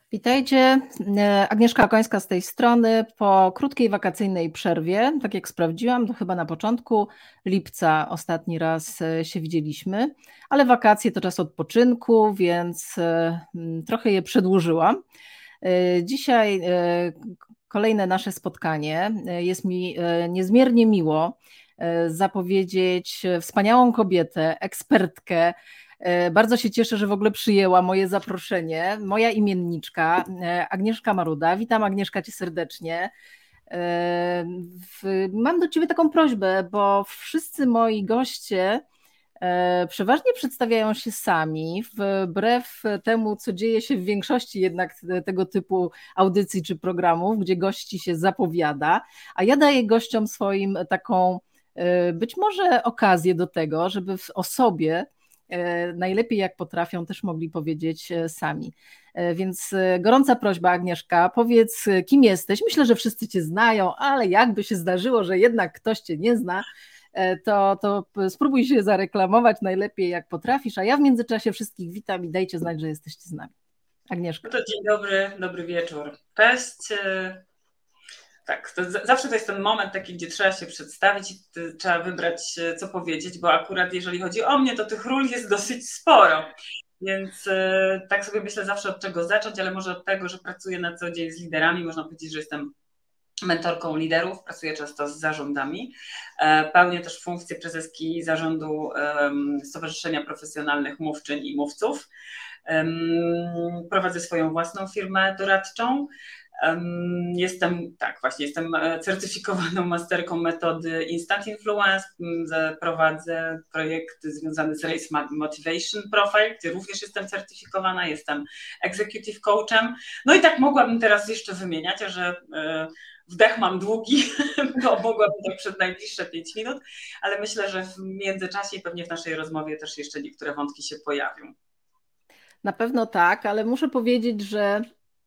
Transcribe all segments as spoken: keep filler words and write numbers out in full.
Witajcie, e, Agnieszka Okońska z tej strony. Po krótkiej wakacyjnej przerwie, tak jak sprawdziłam, to chyba na początku lipca ostatni raz e, się widzieliśmy, ale wakacje to czas odpoczynku, więc e, m, trochę je przedłużyłam. E, Dzisiaj e, kolejne nasze spotkanie. E, Jest mi e, niezmiernie miło e, zapowiedzieć wspaniałą kobietę, ekspertkę. E, Bardzo się cieszę, że w ogóle przyjęła moje zaproszenie. Moja imienniczka, e, Agnieszka Maruda. Witam, Agnieszka, cię serdecznie. E, w- Mam do ciebie taką prośbę, bo wszyscy moi goście e, przeważnie przedstawiają się sami, wbrew temu, co dzieje się w większości jednak tego typu audycji czy programów, gdzie gości się zapowiada, a ja daję gościom swoim taką e, być może okazję do tego, żeby w- o sobie e, najlepiej jak potrafią też mogli powiedzieć e, sami. E, Więc e, gorąca prośba, Agnieszka, powiedz, e, kim jesteś. Myślę, że wszyscy cię znają, ale jakby się zdarzyło, że jednak ktoś cię nie zna, e, to, to p- spróbuj się zareklamować najlepiej jak potrafisz, a ja w międzyczasie wszystkich witam i dajcie znać, że jesteście z nami. No Agnieszka. to dzień dobry, dobry wieczór. Cześć. E, Tak, to z- zawsze to jest ten moment taki, gdzie trzeba się przedstawić i ty- trzeba wybrać, e, co powiedzieć, bo akurat jeżeli chodzi o mnie, to tych ról jest dosyć sporo. Więc e, tak sobie myślę zawsze od czego zacząć, ale może od tego, że pracuję na co dzień z liderami. Można powiedzieć, że jestem mentorką liderów, pracuję często z zarządami. E, Pełnię też funkcję prezeski zarządu em, Stowarzyszenia Profesjonalnych Mówczyń i Mówców. Em, Prowadzę swoją własną firmę doradczą. Em, Jestem, tak, właśnie jestem e, certyfikowaną masterką metody Instant Influence. M, za- Prowadzę projekty związane z Race Ma- Motivation Profile, gdzie również jestem certyfikowana. Jestem executive coachem. No i tak mogłabym teraz jeszcze wymieniać, a że e, wdech mam długi, to mogłabym tak przez najbliższe pięć minut, ale myślę, że w międzyczasie i pewnie w naszej rozmowie też jeszcze niektóre wątki się pojawią. Na pewno tak, ale muszę powiedzieć, że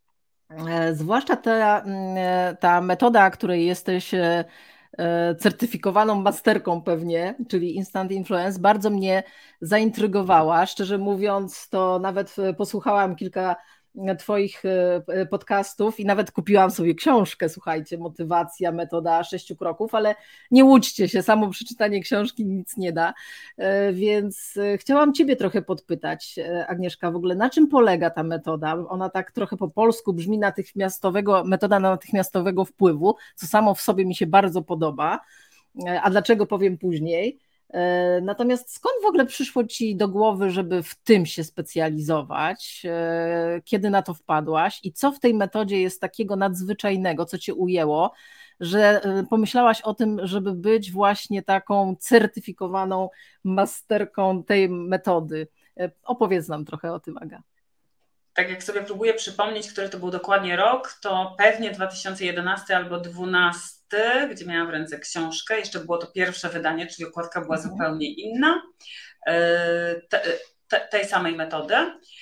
E, zwłaszcza ta, mm, e, ta metoda, której jesteś e, e, certyfikowaną masterką pewnie, czyli Instant Influence, bardzo mnie zaintrygowała. Szczerze mówiąc, to nawet e, posłuchałam kilka e, Twoich e, podcastów i nawet kupiłam sobie książkę, słuchajcie, Motywacja, metoda sześciu kroków, ale nie łudźcie się, samo przeczytanie książki nic nie da. E, Więc e, chciałam Ciebie trochę podpytać, e, Agnieszka, w ogóle na czym polega ta metoda? Ona tak trochę po polsku brzmi natychmiastowego, metoda natychmiastowego wpływu, co samo w sobie mi się bardzo podoba, e, a dlaczego powiem później. E, Natomiast skąd w ogóle przyszło Ci do głowy, żeby w tym się specjalizować? E, Kiedy na to wpadłaś i co w tej metodzie jest takiego nadzwyczajnego, co Cię ujęło, że e, pomyślałaś o tym, żeby być właśnie taką certyfikowaną masterką tej metody? E, Opowiedz nam trochę o tym, Aga. Tak jak sobie próbuję przypomnieć, który to był dokładnie rok, to pewnie dwa tysiące jedenasty albo dwunasty, gdzie miałam w ręce książkę. Jeszcze było to pierwsze wydanie, czyli okładka była Mhm. zupełnie inna, e, te, te, tej samej metody.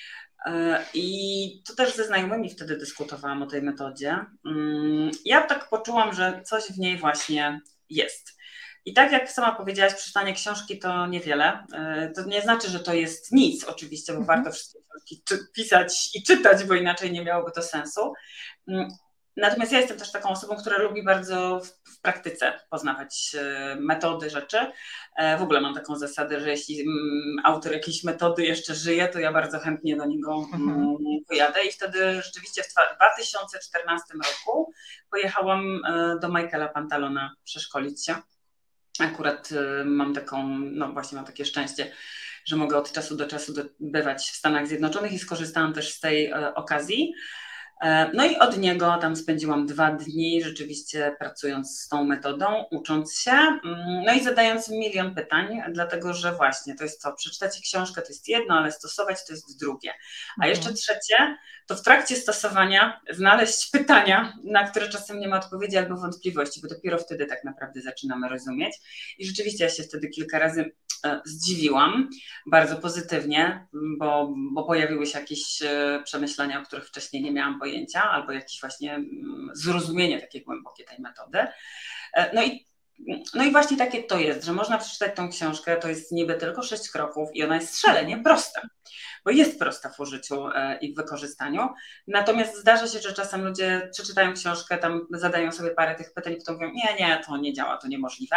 E, I to też ze znajomymi wtedy dyskutowałam o tej metodzie. Mm, Ja tak poczułam, że coś w niej właśnie jest. I tak jak sama powiedziałaś, przeczytanie książki to niewiele. E, To nie znaczy, że to jest nic, oczywiście, bo Mhm. warto wszystkie książki czy- pisać i czytać, bo inaczej nie miałoby to sensu. Mm, Natomiast ja jestem też taką osobą, która lubi bardzo w, w praktyce poznawać e, metody, rzeczy. E, W ogóle mam taką zasadę, że jeśli mm, autor jakiejś metody jeszcze żyje, to ja bardzo chętnie do niego Mhm. mm, pojadę. I wtedy rzeczywiście w dwa tysiące czternastym roku pojechałam e, do Michaela Pantalona przeszkolić się. Akurat y, mam taką, no właśnie mam takie szczęście, że mogę od czasu do czasu do, bywać w Stanach Zjednoczonych i skorzystałam też z tej e, okazji. E, No i od niego tam spędziłam dwa dni, rzeczywiście pracując z tą metodą, ucząc się, mm, no i zadając milion pytań, dlatego że właśnie to jest co, przeczytać książkę to jest jedno, ale stosować to jest drugie. A jeszcze Mhm. trzecie, to w trakcie stosowania znaleźć pytania, na które czasem nie ma odpowiedzi albo wątpliwości, bo dopiero wtedy tak naprawdę zaczynamy rozumieć. I rzeczywiście ja się wtedy kilka razy e, zdziwiłam, bardzo pozytywnie, bo, bo pojawiły się jakieś e, przemyślenia, o których wcześniej nie miałam pojęcia, albo jakieś właśnie mm, zrozumienie takie głębokie tej metody. E, No i No i właśnie takie to jest, że można przeczytać tą książkę, to jest niby tylko sześć kroków i ona jest szalenie prosta, bo jest prosta w użyciu i w wykorzystaniu. Natomiast zdarza się, że czasem ludzie przeczytają książkę, tam zadają sobie parę tych pytań, potem mówią, nie, nie, to nie działa, to niemożliwe.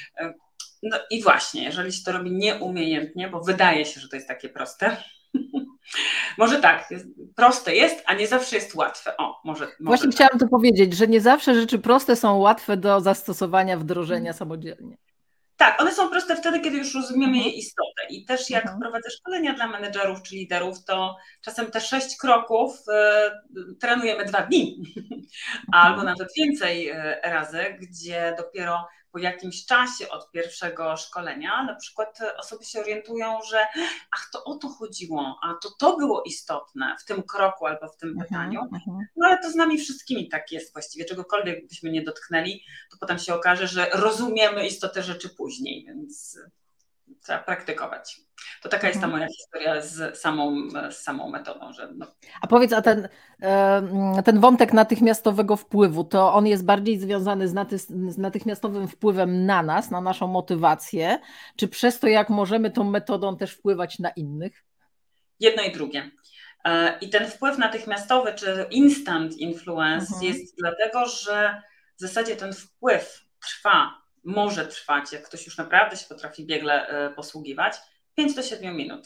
No i właśnie, jeżeli się to robi nieumiejętnie, bo wydaje się, że to jest takie proste, może tak, jest, proste jest, a nie zawsze jest łatwe. O, może, może Właśnie tak. chciałam to powiedzieć, że nie zawsze rzeczy proste są łatwe do zastosowania, wdrożenia samodzielnie. Tak, one są proste wtedy, kiedy już rozumiemy Mhm. jej istotę. I też jak Mhm. prowadzę szkolenia dla menedżerów czy liderów, to czasem te sześć kroków y, trenujemy dwa dni, albo nawet więcej y, razy, gdzie dopiero po jakimś czasie od pierwszego szkolenia na przykład osoby się orientują, że ach, to o to chodziło, a to to było istotne w tym kroku albo w tym Mhm. pytaniu. Mhm. No ale to z nami wszystkimi tak jest właściwie, czegokolwiek byśmy nie dotknęli, to potem się okaże, że rozumiemy istotę rzeczy później, więc trzeba praktykować. To taka jest ta moja historia z samą, z samą metodą. Że no. A powiedz, a ten, ten wątek natychmiastowego wpływu, to on jest bardziej związany z, naty, z natychmiastowym wpływem na nas, na naszą motywację, czy przez to, jak możemy tą metodą też wpływać na innych? Jedno i drugie. I ten wpływ natychmiastowy, czy instant influence Mhm. jest dlatego, że w zasadzie ten wpływ trwa, może trwać, jak ktoś już naprawdę się potrafi biegle posługiwać, pięć do siedmiu minut.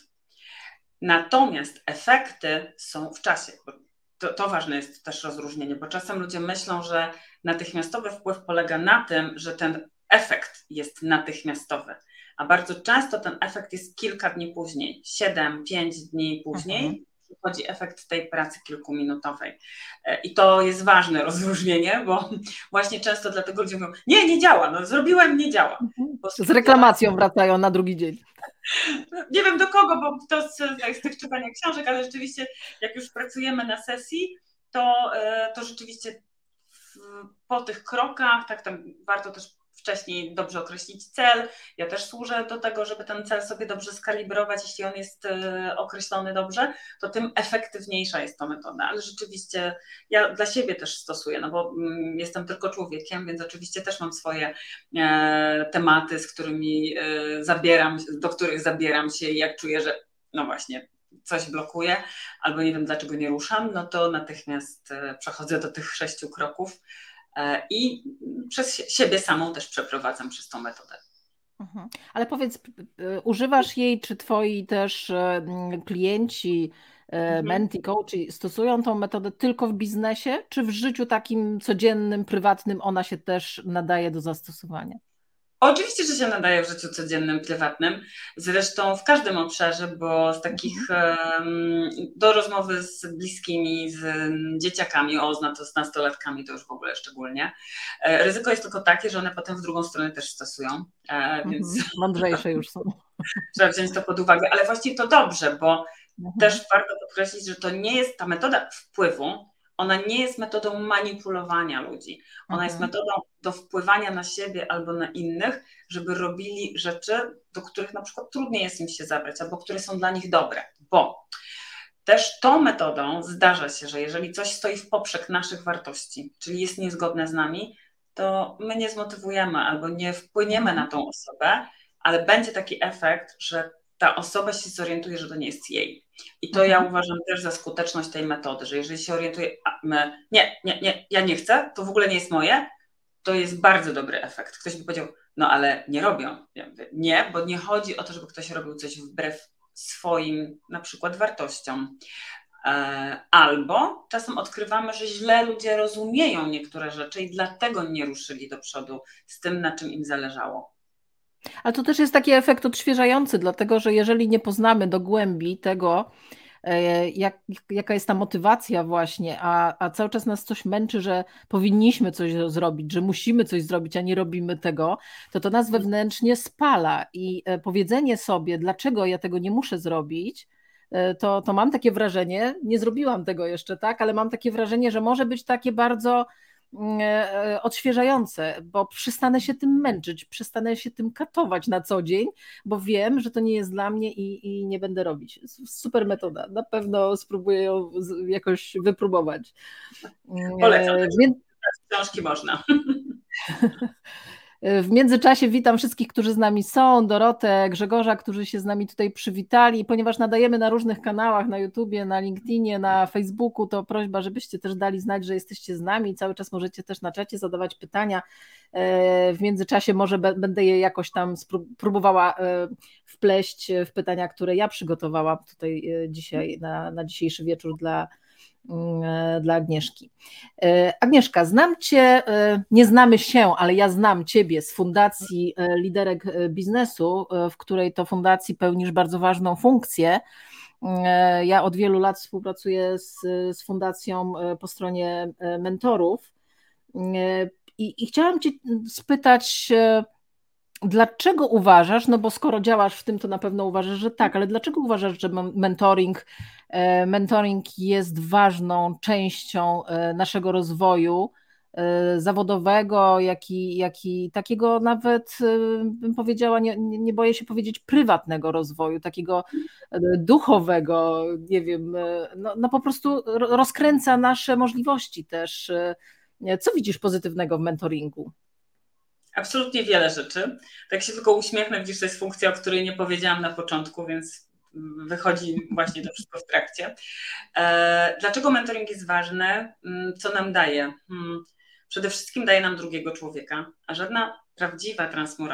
Natomiast efekty są w czasie. To, to ważne jest też rozróżnienie, bo czasem ludzie myślą, że natychmiastowy wpływ polega na tym, że ten efekt jest natychmiastowy, a bardzo często ten efekt jest kilka dni później, siedem, pięć dni później, mhm. przychodzi efekt tej pracy kilkuminutowej. I to jest ważne rozróżnienie, bo właśnie często dlatego ludzie mówią, nie, nie działa, no zrobiłem, nie działa. Bo z reklamacją wracają na drugi dzień. Nie wiem do kogo, bo to z, z tych czytania książek, ale rzeczywiście jak już pracujemy na sesji, to, to rzeczywiście po tych krokach, tak tam warto też wcześniej dobrze określić cel. Ja też służę do tego, żeby ten cel sobie dobrze skalibrować. Jeśli on jest określony dobrze, to tym efektywniejsza jest to metoda. Ale rzeczywiście ja dla siebie też stosuję, no bo jestem tylko człowiekiem, więc oczywiście też mam swoje tematy, z którymi zabieram, do których zabieram się i jak czuję, że no właśnie coś blokuje, albo nie wiem dlaczego nie ruszam, no to natychmiast przechodzę do tych sześciu kroków i przez siebie samą też przeprowadzam przez tą metodę. Mhm. Ale powiedz, używasz jej, czy twoi też klienci, mhm. menti, coachi stosują tą metodę tylko w biznesie, czy w życiu takim codziennym, prywatnym ona się też nadaje do zastosowania? Oczywiście, że się nadaje w życiu codziennym, prywatnym, zresztą w każdym obszarze, bo z takich um, do rozmowy z bliskimi, z dzieciakami, o, z nastolatkami to już w ogóle szczególnie. E, ryzyko jest tylko takie, że one potem w drugą stronę też stosują, e, więc mhm. Mądrzejsze już są. Trzeba wziąć to pod uwagę, ale właściwie to dobrze, bo mhm. też warto podkreślić, że to nie jest ta metoda wpływu, ona nie jest metodą manipulowania ludzi. Ona mhm. jest metodą do wpływania na siebie albo na innych, żeby robili rzeczy, do których na przykład trudniej jest im się zabrać, albo które są dla nich dobre. Bo też tą metodą zdarza się, że jeżeli coś stoi w poprzek naszych wartości, czyli jest niezgodne z nami, to my nie zmotywujemy albo nie wpłyniemy mhm. na tą osobę, ale będzie taki efekt, że ta osoba się zorientuje, że to nie jest jej. I to mhm. ja uważam też za skuteczność tej metody, że jeżeli się orientuje, a my, nie, nie, nie, ja nie chcę, to w ogóle nie jest moje, to jest bardzo dobry efekt. Ktoś by powiedział, no ale nie robią. Ja mówię, nie, bo nie chodzi o to, żeby ktoś robił coś wbrew swoim na przykład wartościom. Albo czasem odkrywamy, że źle ludzie rozumieją niektóre rzeczy i dlatego nie ruszyli do przodu z tym, na czym im zależało. Ale to też jest taki efekt odświeżający, dlatego że jeżeli nie poznamy do głębi tego, jak, jaka jest ta motywacja właśnie, a, a cały czas nas coś męczy, że powinniśmy coś zrobić, że musimy coś zrobić, a nie robimy tego, to to nas wewnętrznie spala i powiedzenie sobie, dlaczego ja tego nie muszę zrobić, to, to mam takie wrażenie, nie zrobiłam tego jeszcze, tak, ale mam takie wrażenie, że może być takie bardzo odświeżające, bo przestanę się tym męczyć, przestanę się tym katować na co dzień, bo wiem, że to nie jest dla mnie i, i nie będę robić. Super metoda, na pewno spróbuję ją jakoś wypróbować. Polecam, Więc... książki można. W międzyczasie witam wszystkich, którzy z nami są, Dorotę, Grzegorza, którzy się z nami tutaj przywitali. Ponieważ nadajemy na różnych kanałach, na YouTubie, na LinkedInie, na Facebooku, to prośba, żebyście też dali znać, że jesteście z nami. Cały czas możecie też na czacie zadawać pytania. W międzyczasie może będę je jakoś tam próbowała wpleść w pytania, które ja przygotowałam tutaj dzisiaj, na, na dzisiejszy wieczór dla dla Agnieszki. Agnieszka, znam Cię, nie znamy się, ale ja znam Ciebie z Fundacji Liderek Biznesu, w której to fundacji pełnisz bardzo ważną funkcję. Ja od wielu lat współpracuję z, z fundacją po stronie mentorów i, i chciałam Cię spytać, dlaczego uważasz, no bo skoro działasz w tym, to na pewno uważasz, że tak, ale dlaczego uważasz, że mentoring, mentoring jest ważną częścią naszego rozwoju zawodowego, jak i, jak i takiego nawet, bym powiedziała, nie, nie boję się powiedzieć, prywatnego rozwoju, takiego duchowego, nie wiem, no, no po prostu rozkręca nasze możliwości też. Co widzisz pozytywnego w mentoringu? Absolutnie wiele rzeczy. Tak się tylko uśmiechnę, gdyż to jest funkcja, o której nie powiedziałam na początku, więc wychodzi właśnie to wszystko w trakcie. Dlaczego mentoring jest ważny? Co nam daje? Przede wszystkim daje nam drugiego człowieka, a żadna prawdziwa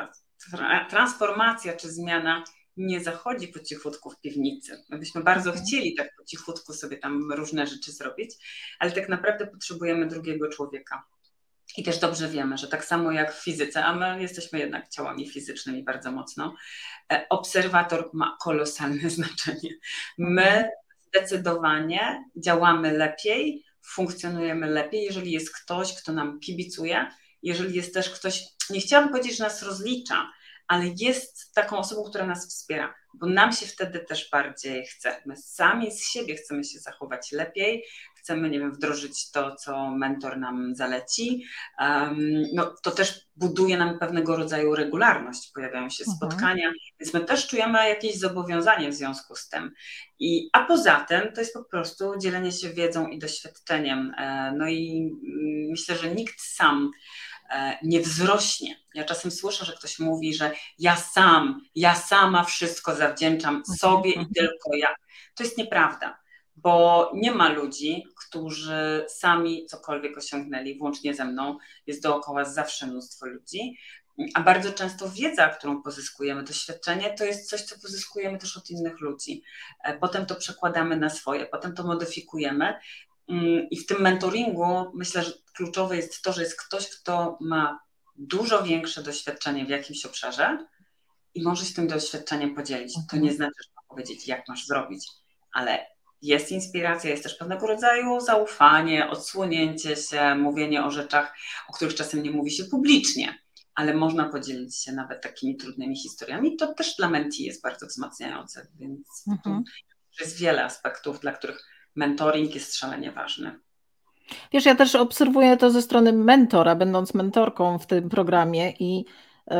transformacja czy zmiana nie zachodzi po cichutku w piwnicy. My byśmy bardzo chcieli tak po cichutku sobie tam różne rzeczy zrobić, ale tak naprawdę potrzebujemy drugiego człowieka. I też dobrze wiemy, że tak samo jak w fizyce, a my jesteśmy jednak ciałami fizycznymi bardzo mocno, obserwator ma kolosalne znaczenie. My zdecydowanie działamy lepiej, funkcjonujemy lepiej, jeżeli jest ktoś, kto nam kibicuje, jeżeli jest też ktoś, nie chciałabym powiedzieć, że nas rozlicza, ale jest taką osobą, która nas wspiera, bo nam się wtedy też bardziej chce. My sami z siebie chcemy się zachować lepiej, chcemy, nie wiem, wdrożyć to, co mentor nam zaleci. Um, no, to też buduje nam pewnego rodzaju regularność, pojawiają się uh-huh. spotkania, więc my też czujemy jakieś zobowiązanie w związku z tym. I, a poza tym to jest po prostu dzielenie się wiedzą i doświadczeniem. No i myślę, że nikt sam nie wzrośnie. Ja czasem słyszę, że ktoś mówi, że ja sam, ja sama wszystko zawdzięczam sobie i tylko ja. To jest nieprawda, bo nie ma ludzi, którzy sami cokolwiek osiągnęli, włącznie ze mną, jest dookoła zawsze mnóstwo ludzi, a bardzo często wiedza, którą pozyskujemy, doświadczenie, to jest coś, co pozyskujemy też od innych ludzi. Potem to przekładamy na swoje, potem to modyfikujemy. I w tym mentoringu myślę, że kluczowe jest to, że jest ktoś, kto ma dużo większe doświadczenie w jakimś obszarze i może się tym doświadczeniem podzielić. To nie znaczy, że ma powiedzieć, jak masz zrobić, ale jest inspiracja, jest też pewnego rodzaju zaufanie, odsłonięcie się, mówienie o rzeczach, o których czasem nie mówi się publicznie, ale można podzielić się nawet takimi trudnymi historiami. To też dla mentee jest bardzo wzmacniające, więc mhm. tu jest wiele aspektów, dla których mentoring jest szalenie ważny. Wiesz, ja też obserwuję to ze strony mentora, będąc mentorką w tym programie i yy,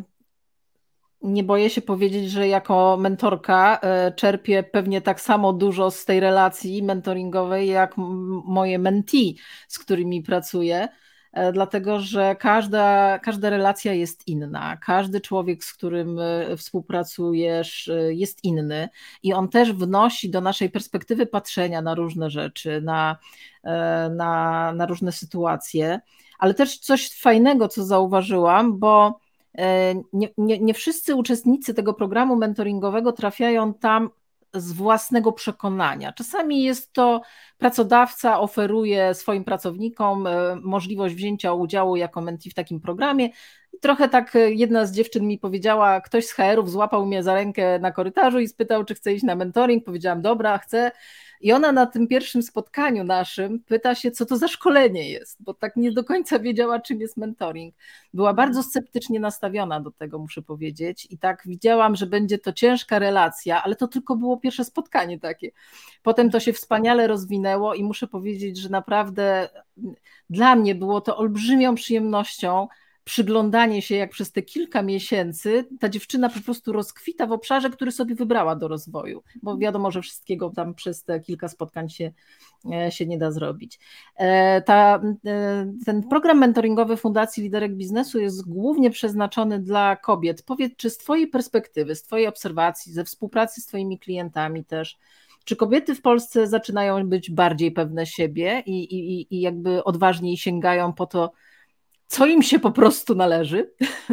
nie boję się powiedzieć, że jako mentorka yy, czerpię pewnie tak samo dużo z tej relacji mentoringowej, jak m- moje mentee, z którymi pracuję. Dlatego, że każda, każda relacja jest inna, każdy człowiek, z którym współpracujesz, jest inny i on też wnosi do naszej perspektywy patrzenia na różne rzeczy, na, na, na różne sytuacje, ale też coś fajnego, co zauważyłam, bo nie, nie, nie wszyscy uczestnicy tego programu mentoringowego trafiają tam z własnego przekonania. Czasami jest to pracodawca oferuje swoim pracownikom możliwość wzięcia udziału jako mentee w takim programie. I trochę tak jedna z dziewczyn mi powiedziała, ktoś z H R-ów złapał mnie za rękę na korytarzu i spytał, czy chcę iść na mentoring. Powiedziałam, dobra, chcę. I ona na tym pierwszym spotkaniu naszym pyta się, co to za szkolenie jest, bo tak nie do końca wiedziała, czym jest mentoring. Była bardzo sceptycznie nastawiona do tego, muszę powiedzieć. I tak widziałam, że będzie to ciężka relacja, ale to tylko było pierwsze spotkanie takie. Potem to się wspaniale rozwinęło i muszę powiedzieć, że naprawdę dla mnie było to olbrzymią przyjemnością przyglądanie się, jak przez te kilka miesięcy ta dziewczyna po prostu rozkwita w obszarze, który sobie wybrała do rozwoju, bo wiadomo, że wszystkiego tam przez te kilka spotkań się, się nie da zrobić. Ta, ten program mentoringowy Fundacji Liderek Biznesu jest głównie przeznaczony dla kobiet. Powiedz, czy z twojej perspektywy, z twojej obserwacji, ze współpracy z twoimi klientami też, czy kobiety w Polsce zaczynają być bardziej pewne siebie i, i, i jakby odważniej sięgają po to, co im się po prostu należy?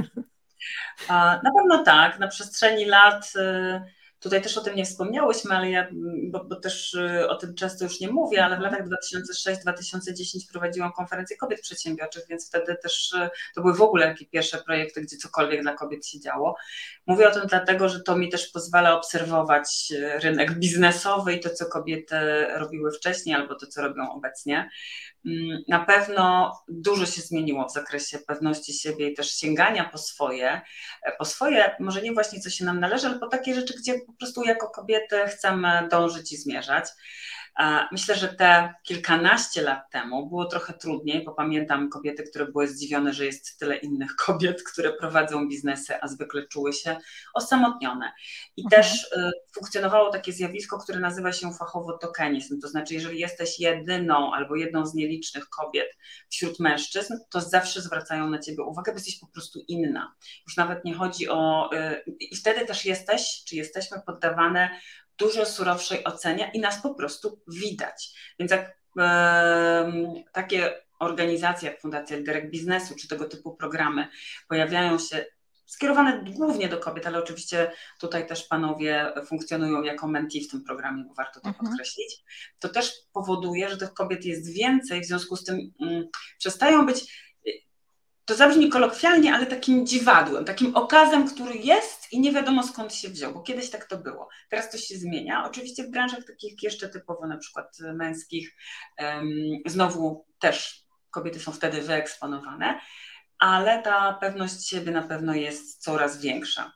Na pewno tak. Na przestrzeni lat, tutaj też o tym nie wspomniałyśmy, ale ja, bo, bo też o tym często już nie mówię, ale w latach dwa tysiące szóstym do dwa tysiące dziesiątym prowadziłam konferencję kobiet przedsiębiorczych, więc wtedy też to były w ogóle takie pierwsze projekty, gdzie cokolwiek dla kobiet się działo. Mówię o tym dlatego, że to mi też pozwala obserwować rynek biznesowy i to, co kobiety robiły wcześniej albo to, co robią obecnie. Na pewno dużo się zmieniło w zakresie pewności siebie i też sięgania po swoje, po swoje, może nie właśnie co się nam należy, ale po takie rzeczy, gdzie po prostu jako kobiety chcemy dążyć i zmierzać. Myślę, że te kilkanaście lat temu było trochę trudniej, bo pamiętam kobiety, które były zdziwione, że jest tyle innych kobiet, które prowadzą biznesy, a zwykle czuły się osamotnione. I mhm. też y, funkcjonowało takie zjawisko, które nazywa się fachowo tokenizm, to znaczy jeżeli jesteś jedyną albo jedną z nielicznych kobiet wśród mężczyzn, to zawsze zwracają na ciebie uwagę, bo jesteś po prostu inna. Już nawet nie chodzi o... Y, I wtedy też jesteś, czy jesteśmy poddawane dużo surowszej ocenie i nas po prostu widać. Więc jak e, takie organizacje jak Fundacja Liderek Biznesu czy tego typu programy pojawiają się skierowane głównie do kobiet, ale oczywiście tutaj też panowie funkcjonują jako mentee w tym programie, bo warto to mhm. podkreślić, to też powoduje, że tych kobiet jest więcej, w związku z tym mm, przestają być, to zabrzmi kolokwialnie, ale takim dziwadłem, takim okazem, który jest i nie wiadomo skąd się wziął, bo kiedyś tak to było. Teraz to się zmienia. Oczywiście w branżach takich jeszcze typowo na przykład męskich um, znowu też kobiety są wtedy wyeksponowane, ale ta pewność siebie na pewno jest coraz większa.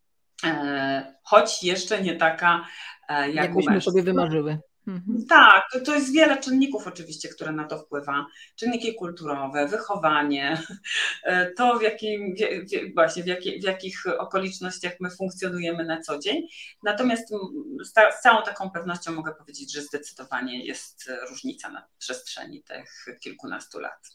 E, choć jeszcze nie taka e, jak, jak byśmy sobie wymarzyły. Mhm. Tak, to, to jest wiele czynników oczywiście, które na to wpływa. Czynniki kulturowe, wychowanie, to w, jakim, w, właśnie w, jakie, w jakich okolicznościach my funkcjonujemy na co dzień. Natomiast z całą taką pewnością mogę powiedzieć, że zdecydowanie jest różnica na przestrzeni tych kilkunastu lat.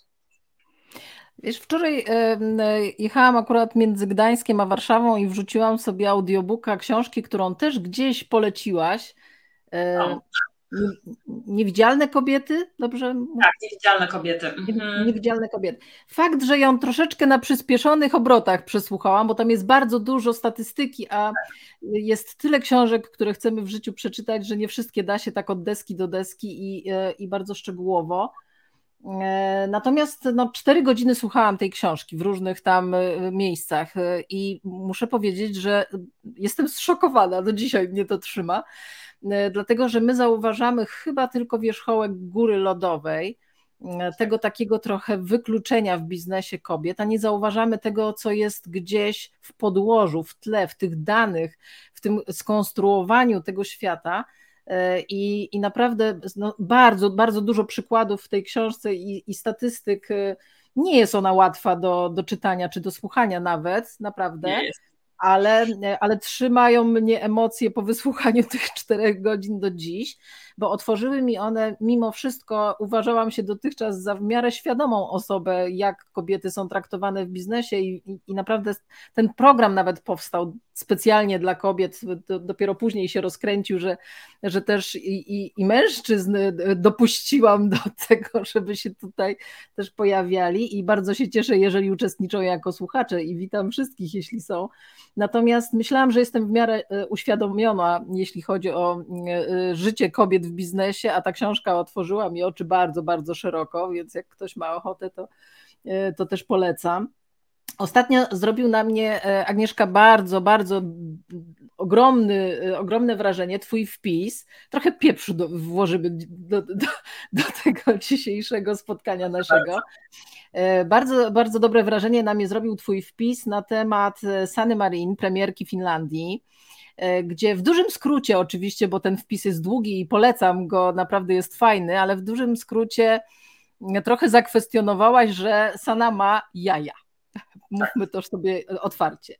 Wiesz, wczoraj jechałam akurat między Gdańskiem a Warszawą i wrzuciłam sobie audiobooka książki, którą też gdzieś poleciłaś. O. Niewidzialne kobiety, dobrze? Tak, niewidzialne kobiety. Mhm. Niewidzialne kobiety. Fakt, że ją troszeczkę na przyspieszonych obrotach przesłuchałam, bo tam jest bardzo dużo statystyki, a jest tyle książek, które chcemy w życiu przeczytać, że nie wszystkie da się tak od deski do deski i, i bardzo szczegółowo. Natomiast no, cztery godziny słuchałam tej książki w różnych tam miejscach i muszę powiedzieć, że jestem zszokowana, do dzisiaj mnie to trzyma, dlatego że my zauważamy chyba tylko wierzchołek góry lodowej, tego takiego trochę wykluczenia w biznesie kobiet, a nie zauważamy tego, co jest gdzieś w podłożu, w tle, w tych danych, w tym skonstruowaniu tego świata. I, i naprawdę no, bardzo, bardzo dużo przykładów w tej książce i, i statystyk. Nie jest ona łatwa do, do czytania czy do słuchania nawet, naprawdę. Nie jest. Ale, ale trzymają mnie emocje po wysłuchaniu tych czterech godzin do dziś, bo otworzyły mi one, mimo wszystko uważałam się dotychczas za w miarę świadomą osobę, jak kobiety są traktowane w biznesie i, i, i naprawdę ten program nawet powstał specjalnie dla kobiet, do, dopiero później się rozkręcił, że, że też i, i, i mężczyzn dopuściłam do tego, żeby się tutaj też pojawiali i bardzo się cieszę, jeżeli uczestniczą jako słuchacze i witam wszystkich, jeśli są. Natomiast myślałam, że jestem w miarę uświadomiona, jeśli chodzi o życie kobiet w biznesie, a ta książka otworzyła mi oczy bardzo, bardzo szeroko, więc jak ktoś ma ochotę, to, to też polecam. Ostatnio zrobił na mnie, Agnieszka, bardzo, bardzo ogromny, ogromne wrażenie twój wpis. Trochę pieprzu do, włożymy do, do, do tego dzisiejszego spotkania naszego. Bardzo, bardzo dobre wrażenie na mnie zrobił twój wpis na temat Sanny Marin, premierki Finlandii, gdzie w dużym skrócie oczywiście, bo ten wpis jest długi i polecam go, naprawdę jest fajny, ale w dużym skrócie trochę zakwestionowałaś, że Sanna ma jaja. mówmy to sobie otwarcie.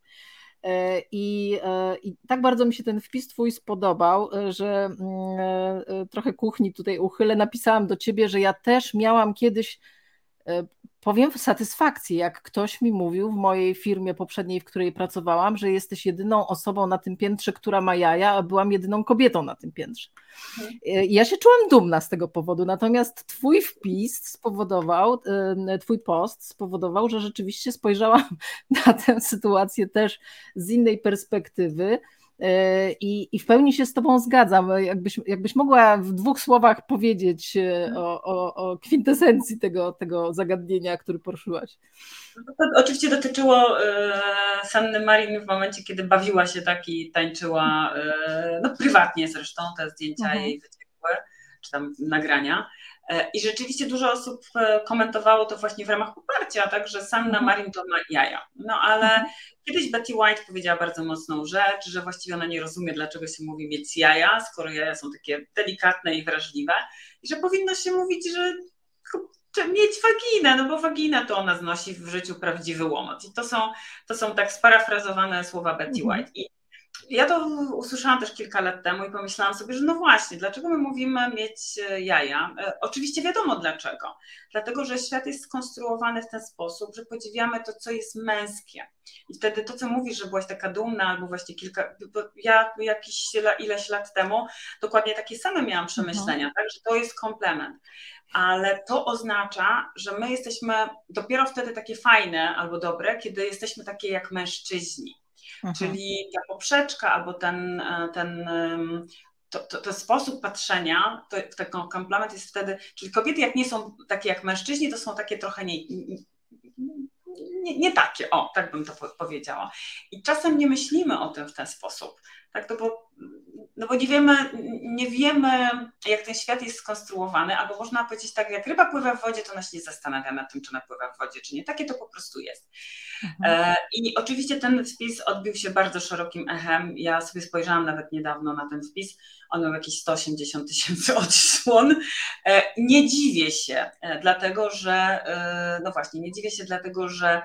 I, I tak bardzo mi się ten wpis twój spodobał, że trochę kuchni tutaj uchylę. Napisałam do ciebie, że ja też miałam kiedyś, powiem, satysfakcję, jak ktoś mi mówił w mojej firmie poprzedniej, w której pracowałam, że jesteś jedyną osobą na tym piętrze, która ma jaja, a byłam jedyną kobietą na tym piętrze. I ja się czułam dumna z tego powodu, natomiast twój wpis spowodował, twój post spowodował, że rzeczywiście spojrzałam na tę sytuację też z innej perspektywy. I, I w pełni się z tobą zgadzam. Jakbyś, jakbyś mogła w dwóch słowach powiedzieć o, o, o kwintesencji tego, tego zagadnienia, który poruszyłaś. To oczywiście dotyczyło e, Sanny Marin w momencie, kiedy bawiła się tak i tańczyła, e, no prywatnie zresztą, te zdjęcia mhm. jej wyciekły, czy tam nagrania. E, I rzeczywiście dużo osób komentowało to właśnie w ramach poparcia, tak, że Sanna mhm. Marin to ma jaja. No ale mhm. kiedyś Betty White powiedziała bardzo mocną rzecz, że właściwie ona nie rozumie, dlaczego się mówi mieć jaja, skoro jaja są takie delikatne i wrażliwe, i że powinno się mówić, że mieć waginę, no bo wagina to ona znosi w życiu prawdziwy łomot. I to są, to są tak sparafrazowane słowa Betty White. I ja to usłyszałam też kilka lat temu i pomyślałam sobie, że no właśnie, dlaczego my mówimy mieć jaja? Oczywiście wiadomo dlaczego. Dlatego, że świat jest skonstruowany w ten sposób, że podziwiamy to, co jest męskie. I wtedy to, co mówisz, że byłaś taka dumna, albo właśnie kilka, bo ja jakiś ileś lat temu dokładnie takie same miałam przemyślenia, mhm. tak, że to jest komplement. Ale to oznacza, że my jesteśmy dopiero wtedy takie fajne albo dobre, kiedy jesteśmy takie jak mężczyźni. Aha. Czyli ta poprzeczka albo ten, ten, to, to, to sposób patrzenia, to, ten komplement jest wtedy, czyli kobiety jak nie są takie jak mężczyźni, to są takie trochę nie, nie, nie takie, o, tak bym to powiedziała. I czasem nie myślimy o tym w ten sposób, tak, to bo, no bo nie wiemy, nie wiemy, jak ten świat jest skonstruowany, albo można powiedzieć tak, jak ryba pływa w wodzie, to ona się nie zastanawia nad tym, czy ona pływa w wodzie, czy nie. Takie to po prostu jest. Mhm. E, I oczywiście ten wpis odbił się bardzo szerokim echem. Ja sobie spojrzałam nawet niedawno na ten wpis. On miał jakieś sto osiemdziesiąt tysięcy odsłon. E, nie dziwię się, e, dlatego że, e, no właśnie, nie dziwię się dlatego, że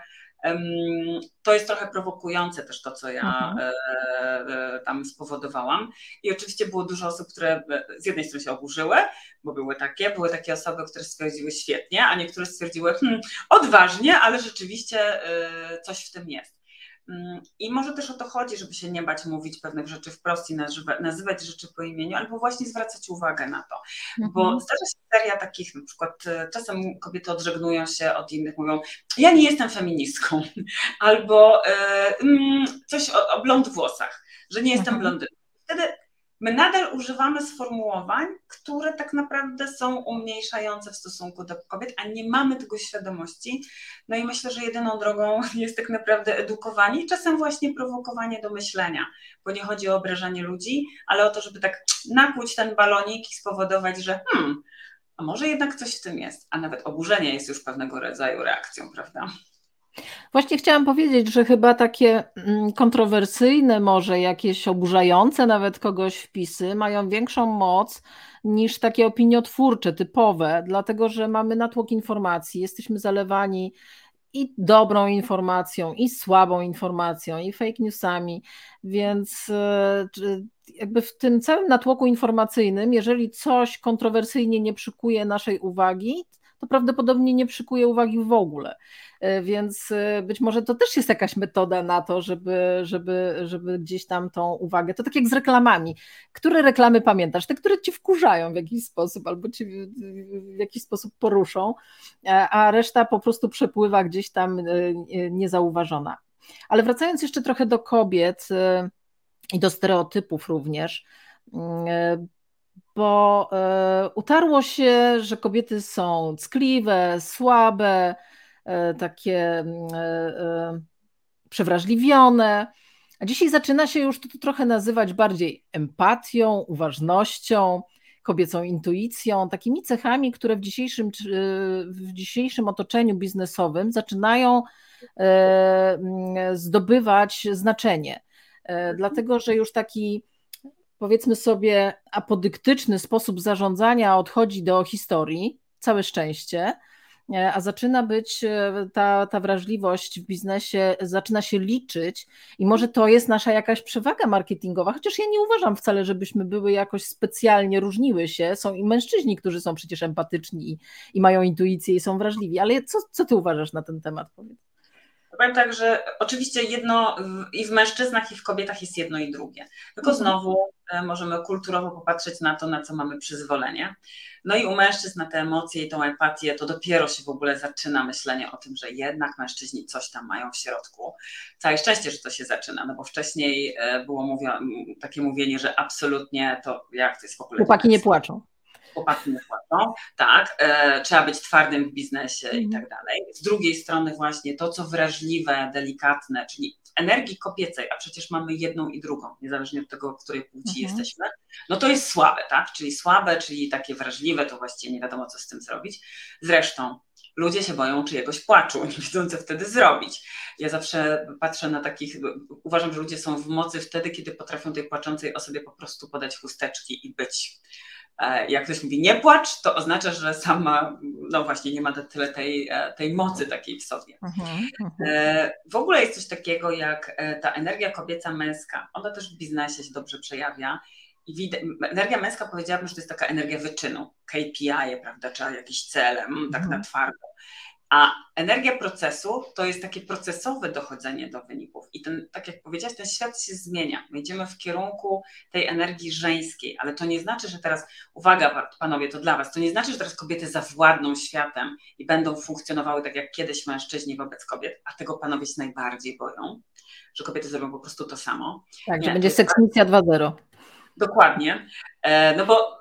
to jest trochę prowokujące też to, co ja mhm. tam spowodowałam. I oczywiście było dużo osób, które z jednej strony się oburzyły, bo były takie, były takie osoby, które stwierdziły świetnie, a niektóre stwierdziły hmm, odważnie, ale rzeczywiście coś w tym jest. I może też o to chodzi, żeby się nie bać mówić pewnych rzeczy wprost i nazywać, nazywać rzeczy po imieniu, albo właśnie zwracać uwagę na to. Mhm. Bo zdarza się seria takich, na przykład czasem kobiety odżegnują się od innych, mówią, ja nie jestem feministką, albo e, coś o, o blond włosach, że nie jestem mhm. blondynką. Wtedy my nadal używamy sformułowań, które tak naprawdę są umniejszające w stosunku do kobiet, a nie mamy tego świadomości. No i myślę, że jedyną drogą jest tak naprawdę edukowanie i czasem właśnie prowokowanie do myślenia, bo nie chodzi o obrażanie ludzi, ale o to, żeby tak nakłuć ten balonik i spowodować, że hmm, a może jednak coś w tym jest, a nawet oburzenie jest już pewnego rodzaju reakcją, prawda? Właśnie chciałam powiedzieć, że chyba takie kontrowersyjne, może jakieś oburzające nawet kogoś wpisy mają większą moc niż takie opiniotwórcze, typowe, dlatego że mamy natłok informacji, jesteśmy zalewani i dobrą informacją, i słabą informacją, i fake newsami, więc jakby w tym całym natłoku informacyjnym, jeżeli coś kontrowersyjnie nie przykuje naszej uwagi, to prawdopodobnie nie przykuje uwagi w ogóle. Więc być może to też jest jakaś metoda na to, żeby, żeby, żeby gdzieś tam tą uwagę, to tak jak z reklamami. Które reklamy pamiętasz? Te, które cię wkurzają w jakiś sposób albo cię w jakiś sposób poruszą, a reszta po prostu przepływa gdzieś tam niezauważona. Ale wracając jeszcze trochę do kobiet i do stereotypów również, bo utarło się, że kobiety są ckliwe, słabe, takie przewrażliwione, a dzisiaj zaczyna się już to, to trochę nazywać bardziej empatią, uważnością, kobiecą intuicją, takimi cechami, które w dzisiejszym, w dzisiejszym otoczeniu biznesowym zaczynają zdobywać znaczenie, dlatego że już taki, powiedzmy sobie, apodyktyczny sposób zarządzania odchodzi do historii, całe szczęście, a zaczyna być ta, ta wrażliwość w biznesie, zaczyna się liczyć i może to jest nasza jakaś przewaga marketingowa, chociaż ja nie uważam wcale, żebyśmy były jakoś specjalnie różniły się. Są i mężczyźni, którzy są przecież empatyczni i, i mają intuicję i są wrażliwi, ale co, co ty uważasz na ten temat? Powiedz. Powiem tak, że oczywiście jedno i w mężczyznach, i w kobietach jest jedno i drugie. Tylko Mhm. znowu możemy kulturowo popatrzeć na to, na co mamy przyzwolenie. No i u mężczyzn na te emocje i tą empatię to dopiero się w ogóle zaczyna myślenie o tym, że jednak mężczyźni coś tam mają w środku. Całe szczęście, że to się zaczyna, no bo wcześniej było mówione, takie mówienie, że absolutnie to jak to jest w ogóle... Chłopaki nie płaczą. Chłopaki nie płacą, tak, e, trzeba być twardym w biznesie i tak dalej. Z drugiej strony właśnie to, co wrażliwe, delikatne, czyli energii kobiecej, a przecież mamy jedną i drugą, niezależnie od tego, w której płci mhm. jesteśmy, no to jest słabe, tak, czyli słabe, czyli takie wrażliwe, to właściwie nie wiadomo, co z tym zrobić. Zresztą ludzie się boją czyjegoś płaczu, nie wiedzą, co wtedy zrobić. Ja zawsze patrzę na takich, uważam, że ludzie są w mocy wtedy, kiedy potrafią tej płaczącej osobie po prostu podać chusteczki i być. Jak ktoś mówi nie płacz, to oznacza, że sama, no właśnie, nie ma tyle tej, tej mocy takiej w sobie. Uh-huh, uh-huh. W ogóle jest coś takiego jak ta energia kobieca, męska. Ona też w biznesie się dobrze przejawia. I widać, energia męska, powiedziałabym, że to jest taka energia wyczynu, K P I, prawda, trzeba jakiś cel, uh-huh. tak na twardo. A energia procesu to jest takie procesowe dochodzenie do wyników. I ten, tak jak powiedziałaś, ten świat się zmienia. My idziemy w kierunku tej energii żeńskiej, ale to nie znaczy, że teraz, uwaga panowie, to dla was, to nie znaczy, że teraz kobiety zawładną światem i będą funkcjonowały tak jak kiedyś mężczyźni wobec kobiet, a tego panowie się najbardziej boją, że kobiety zrobią po prostu to samo. Tak, nie, że będzie seksmisja dwa zero. Dokładnie, no bo...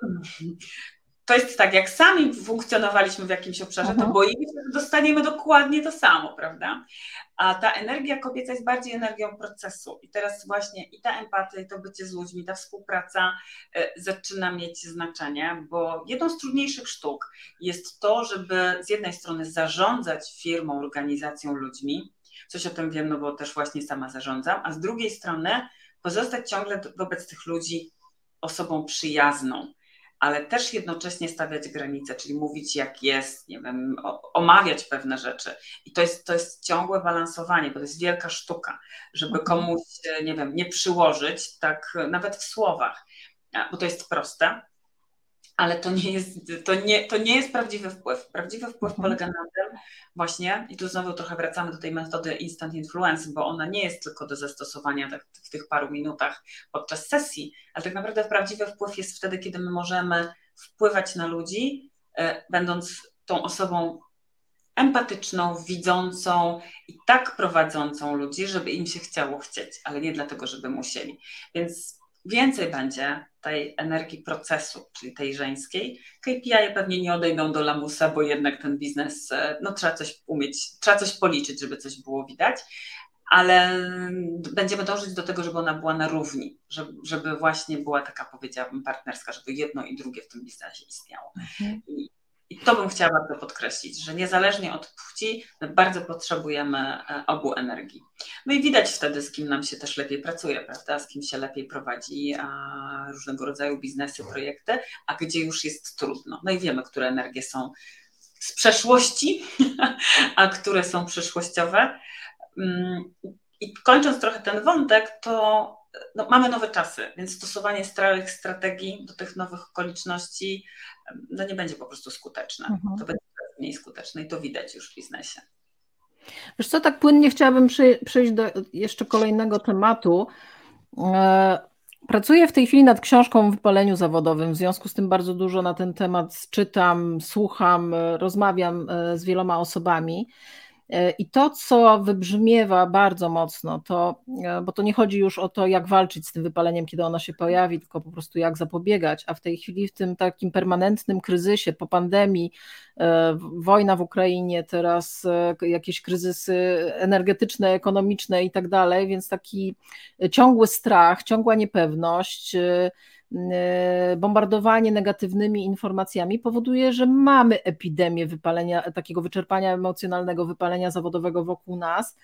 To jest tak, jak sami funkcjonowaliśmy w jakimś obszarze, uh-huh. to boimy się, że dostaniemy dokładnie to samo, prawda? A ta energia kobieca jest bardziej energią procesu. I teraz właśnie i ta empatia, i to bycie z ludźmi, ta współpraca y, zaczyna mieć znaczenie, bo jedną z trudniejszych sztuk jest to, żeby z jednej strony zarządzać firmą, organizacją, ludźmi, coś o tym wiem, no bo też właśnie sama zarządzam, a z drugiej strony pozostać ciągle wobec tych ludzi osobą przyjazną, ale też jednocześnie stawiać granice, czyli mówić jak jest, nie wiem, omawiać pewne rzeczy. I to jest, to jest ciągłe balansowanie, bo to jest wielka sztuka, żeby komuś, nie wiem, nie przyłożyć, tak nawet w słowach, bo to jest proste, ale to nie jest, to nie, to nie jest prawdziwy wpływ. Prawdziwy wpływ mhm. polega na tym właśnie, i tu znowu trochę wracamy do tej metody instant influence, bo ona nie jest tylko do zastosowania tak, w tych paru minutach podczas sesji, ale tak naprawdę prawdziwy wpływ jest wtedy, kiedy my możemy wpływać na ludzi, e, będąc tą osobą empatyczną, widzącą i tak prowadzącą ludzi, żeby im się chciało chcieć, ale nie dlatego, żeby musieli. Więc więcej będzie tej energii procesu, czyli tej żeńskiej. K P I pewnie nie odejdą do lamusa, bo jednak ten biznes, no trzeba coś umieć, trzeba coś policzyć, żeby coś było widać, ale będziemy dążyć do tego, żeby ona była na równi, żeby, żeby właśnie była taka, powiedziałabym, partnerska, żeby jedno i drugie w tym biznesie istniało. Mhm. I, I to bym chciała bardzo podkreślić, że niezależnie od płci, my bardzo potrzebujemy obu energii. No i widać wtedy, z kim nam się też lepiej pracuje, prawda? Z kim się lepiej prowadzi a, różnego rodzaju biznesy, projekty, a gdzie już jest trudno. No i wiemy, które energie są z przeszłości, a które są przyszłościowe. I kończąc trochę ten wątek, to no, mamy nowe czasy, więc stosowanie starych strategii do tych nowych okoliczności no, nie będzie po prostu skuteczne. Mhm. To będzie mniej skuteczne i to widać już w biznesie. Wiesz co, tak płynnie chciałabym przejść do jeszcze kolejnego tematu. Pracuję w tej chwili nad książką o wypaleniu zawodowym, w związku z tym bardzo dużo na ten temat czytam, słucham, rozmawiam z wieloma osobami. I to, co wybrzmiewa bardzo mocno, to, bo to nie chodzi już o to, jak walczyć z tym wypaleniem, kiedy ono się pojawi, tylko po prostu jak zapobiegać, a w tej chwili w tym takim permanentnym kryzysie po pandemii, wojna w Ukrainie, teraz jakieś kryzysy energetyczne, ekonomiczne i tak dalej, więc taki ciągły strach, ciągła niepewność, bombardowanie negatywnymi informacjami powoduje, że mamy epidemię wypalenia, takiego wyczerpania emocjonalnego, wypalenia zawodowego wokół nas.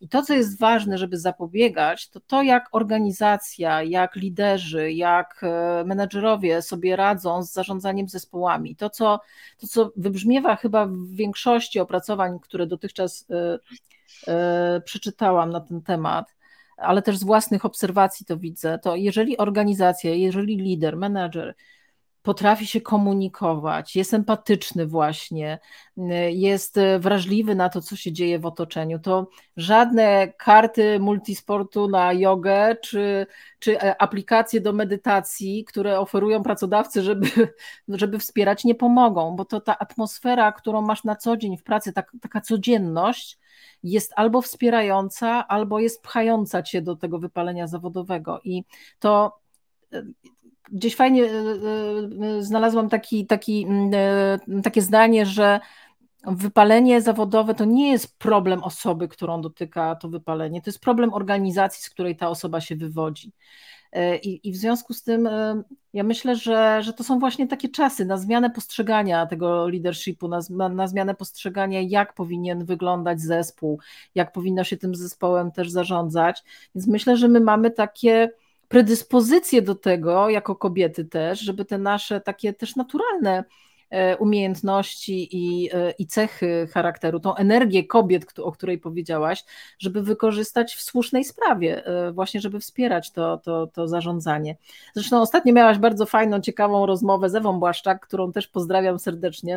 I to, co jest ważne, żeby zapobiegać, to to, jak organizacja, jak liderzy, jak menedżerowie sobie radzą z zarządzaniem zespołami. To, co, to, co wybrzmiewa chyba w większości opracowań, które dotychczas przeczytałam na ten temat, ale też z własnych obserwacji to widzę, to jeżeli organizacja, jeżeli lider, menedżer potrafi się komunikować, jest empatyczny właśnie, jest wrażliwy na to, co się dzieje w otoczeniu, to żadne karty multisportu na jogę, czy, czy aplikacje do medytacji, które oferują pracodawcy, żeby, żeby wspierać, nie pomogą, bo to ta atmosfera, którą masz na co dzień w pracy, tak, taka codzienność, jest albo wspierająca, albo jest pchająca cię do tego wypalenia zawodowego. I to gdzieś fajnie znalazłam taki, taki, takie zdanie, że wypalenie zawodowe to nie jest problem osoby, którą dotyka to wypalenie, to jest problem organizacji, z której ta osoba się wywodzi. I, i w związku z tym ja myślę, że, że to są właśnie takie czasy na zmianę postrzegania tego leadershipu, na, na zmianę postrzegania, jak powinien wyglądać zespół, jak powinno się tym zespołem też zarządzać. Więc myślę, że my mamy takie predyspozycje do tego, jako kobiety też, żeby te nasze takie też naturalne umiejętności i, i cechy charakteru, tą energię kobiet, o której powiedziałaś, żeby wykorzystać w słusznej sprawie, właśnie żeby wspierać to, to, to zarządzanie. Zresztą ostatnio miałaś bardzo fajną, ciekawą rozmowę z Ewą Błaszczak, którą też pozdrawiam serdecznie,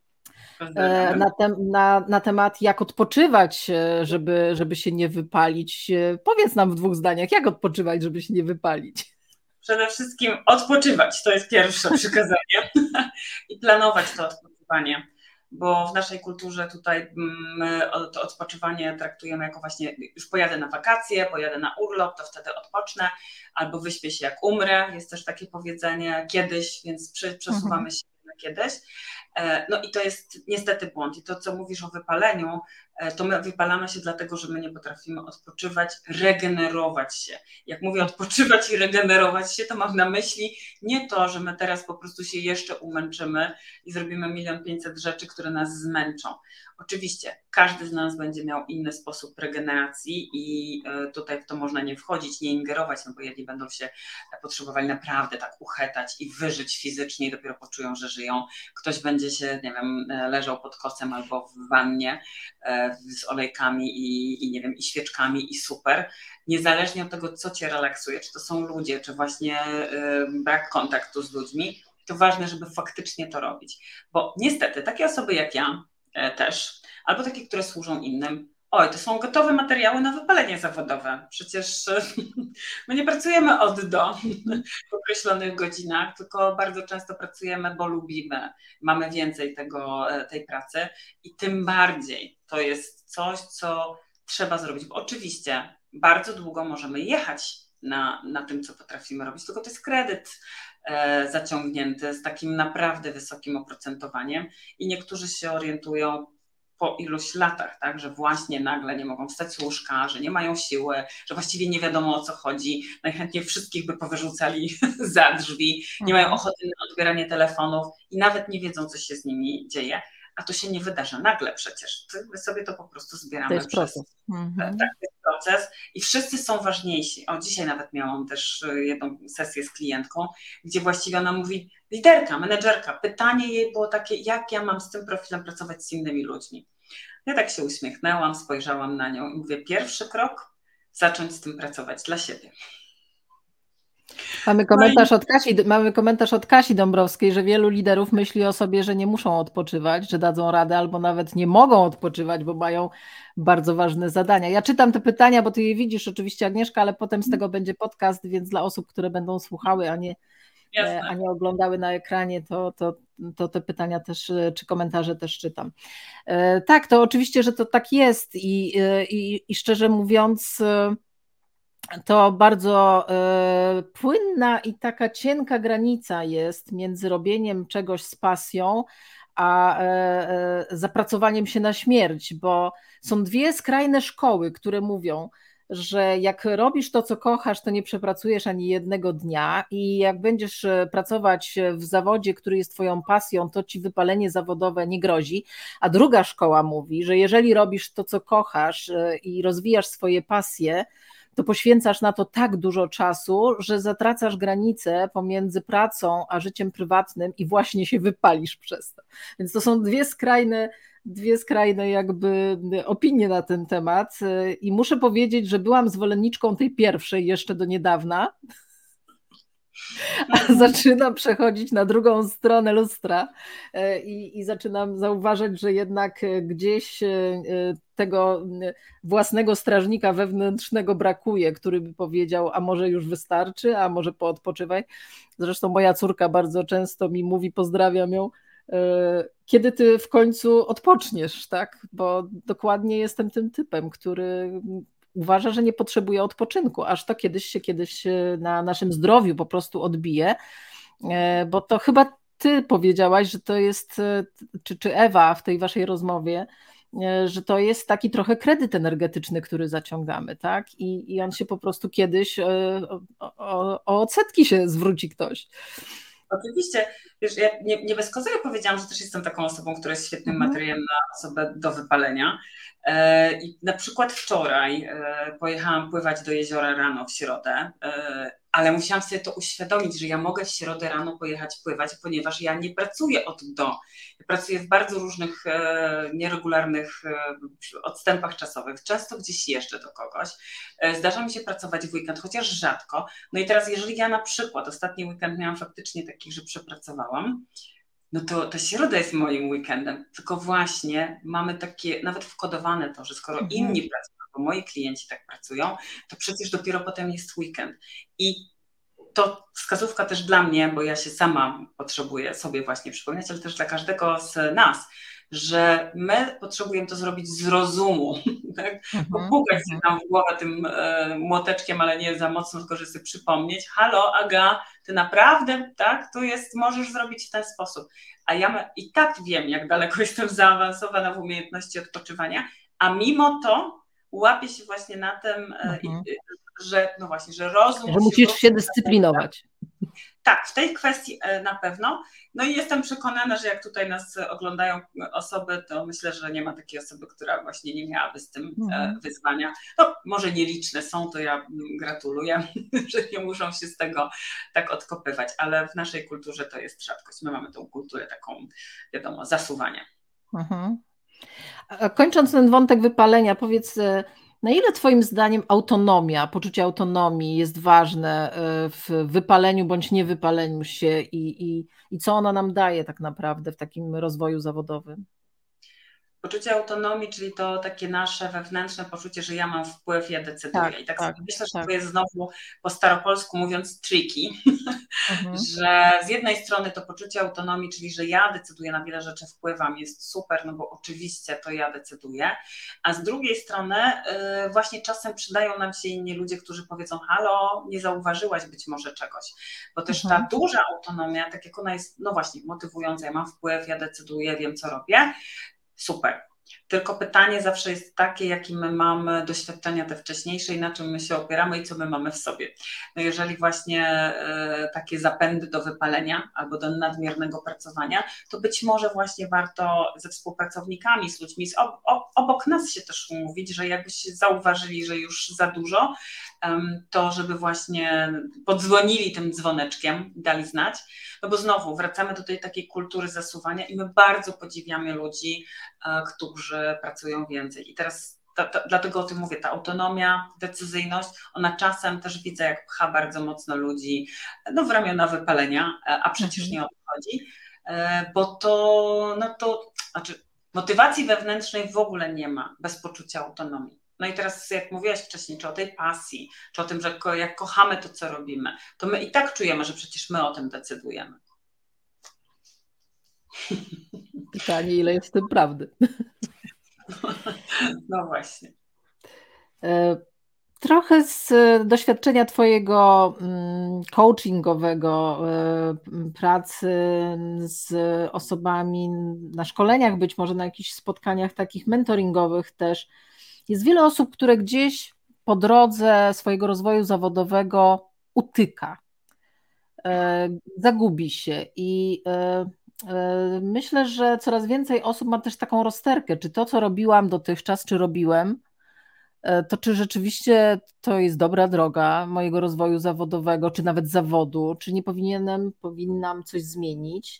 na, te, na, na temat jak odpoczywać, żeby, żeby się nie wypalić. Powiedz nam w dwóch zdaniach, jak odpoczywać, żeby się nie wypalić. Przede wszystkim odpoczywać, to jest pierwsze przykazanie i planować to odpoczywanie, bo w naszej kulturze tutaj my to odpoczywanie traktujemy jako właśnie już pojadę na wakacje, pojadę na urlop, to wtedy odpocznę, albo wyśpię się jak umrę, jest też takie powiedzenie kiedyś, więc przesuwamy się na kiedyś. No i to jest niestety błąd. I to, co mówisz o wypaleniu, to my wypalamy się dlatego, że my nie potrafimy odpoczywać, regenerować się. Jak mówię odpoczywać i regenerować się, to mam na myśli nie to, że my teraz po prostu się jeszcze umęczymy i zrobimy milion pięćset rzeczy, które nas zmęczą. Oczywiście każdy z nas będzie miał inny sposób regeneracji i tutaj w to można nie wchodzić, nie ingerować, no bo jedni będą się potrzebowali naprawdę tak uchetać i wyżyć fizycznie i dopiero poczują, że żyją. Ktoś będzie się, nie wiem, leżał pod kocem albo w wannie z olejkami i, i nie wiem, i świeczkami i super. Niezależnie od tego, co cię relaksuje, czy to są ludzie, czy właśnie brak kontaktu z ludźmi, to ważne, żeby faktycznie to robić. Bo niestety takie osoby jak ja też, albo takie, które służą innym, oj, to są gotowe materiały na wypalenie zawodowe. Przecież my nie pracujemy od do w określonych godzinach, tylko bardzo często pracujemy, bo lubimy, mamy więcej tego, tej pracy i tym bardziej to jest coś, co trzeba zrobić, bo oczywiście bardzo długo możemy jechać na, na tym, co potrafimy robić, tylko to jest kredyt e, zaciągnięty z takim naprawdę wysokim oprocentowaniem i niektórzy się orientują po iluś latach, tak, że właśnie nagle nie mogą wstać z łóżka, że nie mają siły, że właściwie nie wiadomo, o co chodzi, najchętniej wszystkich by powyrzucali za drzwi, nie mają ochoty na odbieranie telefonów i nawet nie wiedzą, co się z nimi dzieje, a to się nie wydarza nagle przecież, my sobie to po prostu zbieramy to jest przez proces. Mhm. tak, jest proces i wszyscy są ważniejsi. O, dzisiaj nawet miałam też jedną sesję z klientką, gdzie właściwie ona mówi, liderka, menedżerka, pytanie jej było takie, jak ja mam z tym profilem pracować z innymi ludźmi. Ja tak się uśmiechnęłam, spojrzałam na nią i mówię, pierwszy krok, zacząć z tym pracować dla siebie. Mamy komentarz, od Kasi, mamy komentarz od Kasi Dąbrowskiej, że wielu liderów myśli o sobie, że nie muszą odpoczywać, że dadzą radę albo nawet nie mogą odpoczywać, bo mają bardzo ważne zadania. Ja czytam te pytania, bo ty je widzisz oczywiście, Agnieszka, ale potem z tego będzie podcast, więc dla osób, które będą słuchały, a nie, a nie oglądały na ekranie, to, to, to te pytania też, czy komentarze też czytam. Tak, to oczywiście, że to tak jest i, i, i szczerze mówiąc, to bardzo y, płynna i taka cienka granica jest między robieniem czegoś z pasją, a y, y, zapracowaniem się na śmierć, bo są dwie skrajne szkoły, które mówią, że jak robisz to, co kochasz, to nie przepracujesz ani jednego dnia i jak będziesz pracować w zawodzie, który jest twoją pasją, to ci wypalenie zawodowe nie grozi. A druga szkoła mówi, że jeżeli robisz to, co kochasz i rozwijasz swoje pasje, to poświęcasz na to tak dużo czasu, że zatracasz granice pomiędzy pracą a życiem prywatnym i właśnie się wypalisz przez to. Więc to są dwie skrajne dwie skrajne jakby opinie na ten temat i muszę powiedzieć, że byłam zwolenniczką tej pierwszej jeszcze do niedawna, a zaczynam przechodzić na drugą stronę lustra i, i zaczynam zauważać, że jednak gdzieś tego własnego strażnika wewnętrznego brakuje, który by powiedział, a może już wystarczy, a może poodpoczywaj. Zresztą moja córka bardzo często mi mówi, pozdrawiam ją, kiedy ty w końcu odpoczniesz, tak? Bo dokładnie jestem tym typem, który uważa, że nie potrzebuje odpoczynku, aż to kiedyś się kiedyś na naszym zdrowiu po prostu odbije, bo to chyba ty powiedziałaś, że to jest, czy, czy Ewa w tej waszej rozmowie, że to jest taki trochę kredyt energetyczny, który zaciągamy, tak? I, i on się po prostu kiedyś o, o, o odsetki się zwróci ktoś. Oczywiście, wiesz, ja nie, nie bez kozery powiedziałam, że też jestem taką osobą, która jest świetnym mhm. materiałem na osobę do wypalenia. E, I na przykład wczoraj e, pojechałam pływać do jeziora rano w środę, e, ale musiałam sobie to uświadomić, że ja mogę w środę rano pojechać pływać, ponieważ ja nie pracuję od do. Ja pracuję w bardzo różnych e, nieregularnych e, odstępach czasowych. Często gdzieś jeżdżę do kogoś. E, zdarza mi się pracować w weekend, chociaż rzadko. No i teraz jeżeli ja na przykład ostatni weekend miałam faktycznie taki, że przepracowałam, no to ta środa jest moim weekendem. Tylko właśnie mamy takie, nawet wkodowane to, że skoro mhm. inni pracują, bo moi klienci tak pracują, to przecież dopiero potem jest weekend. I to wskazówka też dla mnie, bo ja się sama potrzebuję sobie właśnie przypominać, ale też dla każdego z nas, że my potrzebujemy to zrobić z rozumu, tak? Uh-huh, popukać uh-huh. się tam w głowę tym e, młoteczkiem, ale nie za mocno, tylko żeby sobie przypomnieć, halo Aga, ty naprawdę, tak, to jest, możesz zrobić w ten sposób. A ja ma, i tak wiem, jak daleko jestem zaawansowana w umiejętności odpoczywania, a mimo to łapię się właśnie na tym, uh-huh. e, że no właśnie, że rozum... Że musisz się, się dyscyplinować. Tak, w tej kwestii na pewno. No i jestem przekonana, że jak tutaj nas oglądają osoby, to myślę, że nie ma takiej osoby, która właśnie nie miałaby z tym mhm. wyzwania. No może nieliczne są, to ja gratuluję, że nie muszą się z tego tak odkopywać, ale w naszej kulturze to jest rzadkość. My mamy tą kulturę taką, wiadomo, zasuwania. Mhm. Kończąc ten wątek wypalenia, powiedz... Na ile twoim zdaniem autonomia, poczucie autonomii jest ważne w wypaleniu bądź niewypaleniu się i, i, i co ona nam daje tak naprawdę w takim rozwoju zawodowym? Poczucie autonomii, czyli to takie nasze wewnętrzne poczucie, że ja mam wpływ, ja decyduję. Tak, I tak, tak myślę, że tak. To jest znowu po staropolsku mówiąc tricky, mhm. że z jednej strony to poczucie autonomii, czyli że ja decyduję, na wiele rzeczy wpływam, jest super, no bo oczywiście to ja decyduję, a z drugiej strony yy, właśnie czasem przydają nam się inni ludzie, którzy powiedzą, halo, nie zauważyłaś być może czegoś, bo też mhm. ta duża autonomia, tak jak ona jest, no właśnie, motywująca, ja mam wpływ, ja decyduję, wiem co robię, super. Tylko pytanie zawsze jest takie, jakie my mamy doświadczenia te wcześniejsze i na czym my się opieramy i co my mamy w sobie. No jeżeli właśnie e, takie zapędy do wypalenia albo do nadmiernego pracowania, to być może właśnie warto ze współpracownikami, z ludźmi z ob, ob, obok nas się też umówić, że jakbyście zauważyli, że już za dużo, um, to żeby właśnie podzwonili tym dzwoneczkiem, dali znać, no bo znowu wracamy do tej takiej kultury zasuwania i my bardzo podziwiamy ludzi, e, którzy pracują więcej. I teraz ta, ta, dlatego o tym mówię, ta autonomia, decyzyjność, ona czasem też widzę, jak pcha bardzo mocno ludzi no, w ramiona wypalenia, a przecież nie o to chodzi, bo to, no to, znaczy motywacji wewnętrznej w ogóle nie ma bez poczucia autonomii. No i teraz, jak mówiłaś wcześniej, czy o tej pasji, czy o tym, że jak kochamy to, co robimy, to my i tak czujemy, że przecież my o tym decydujemy. Pytanie, ile jest w tym prawdy? No właśnie. Trochę z doświadczenia twojego coachingowego, pracy z osobami na szkoleniach, być może na jakichś spotkaniach takich mentoringowych też, jest wiele osób, które gdzieś po drodze swojego rozwoju zawodowego utyka, zagubi się i myślę, że coraz więcej osób ma też taką rozterkę, czy to, co robiłam dotychczas, czy robiłem, to czy rzeczywiście to jest dobra droga mojego rozwoju zawodowego, czy nawet zawodu, czy nie powinienem, powinnam coś zmienić.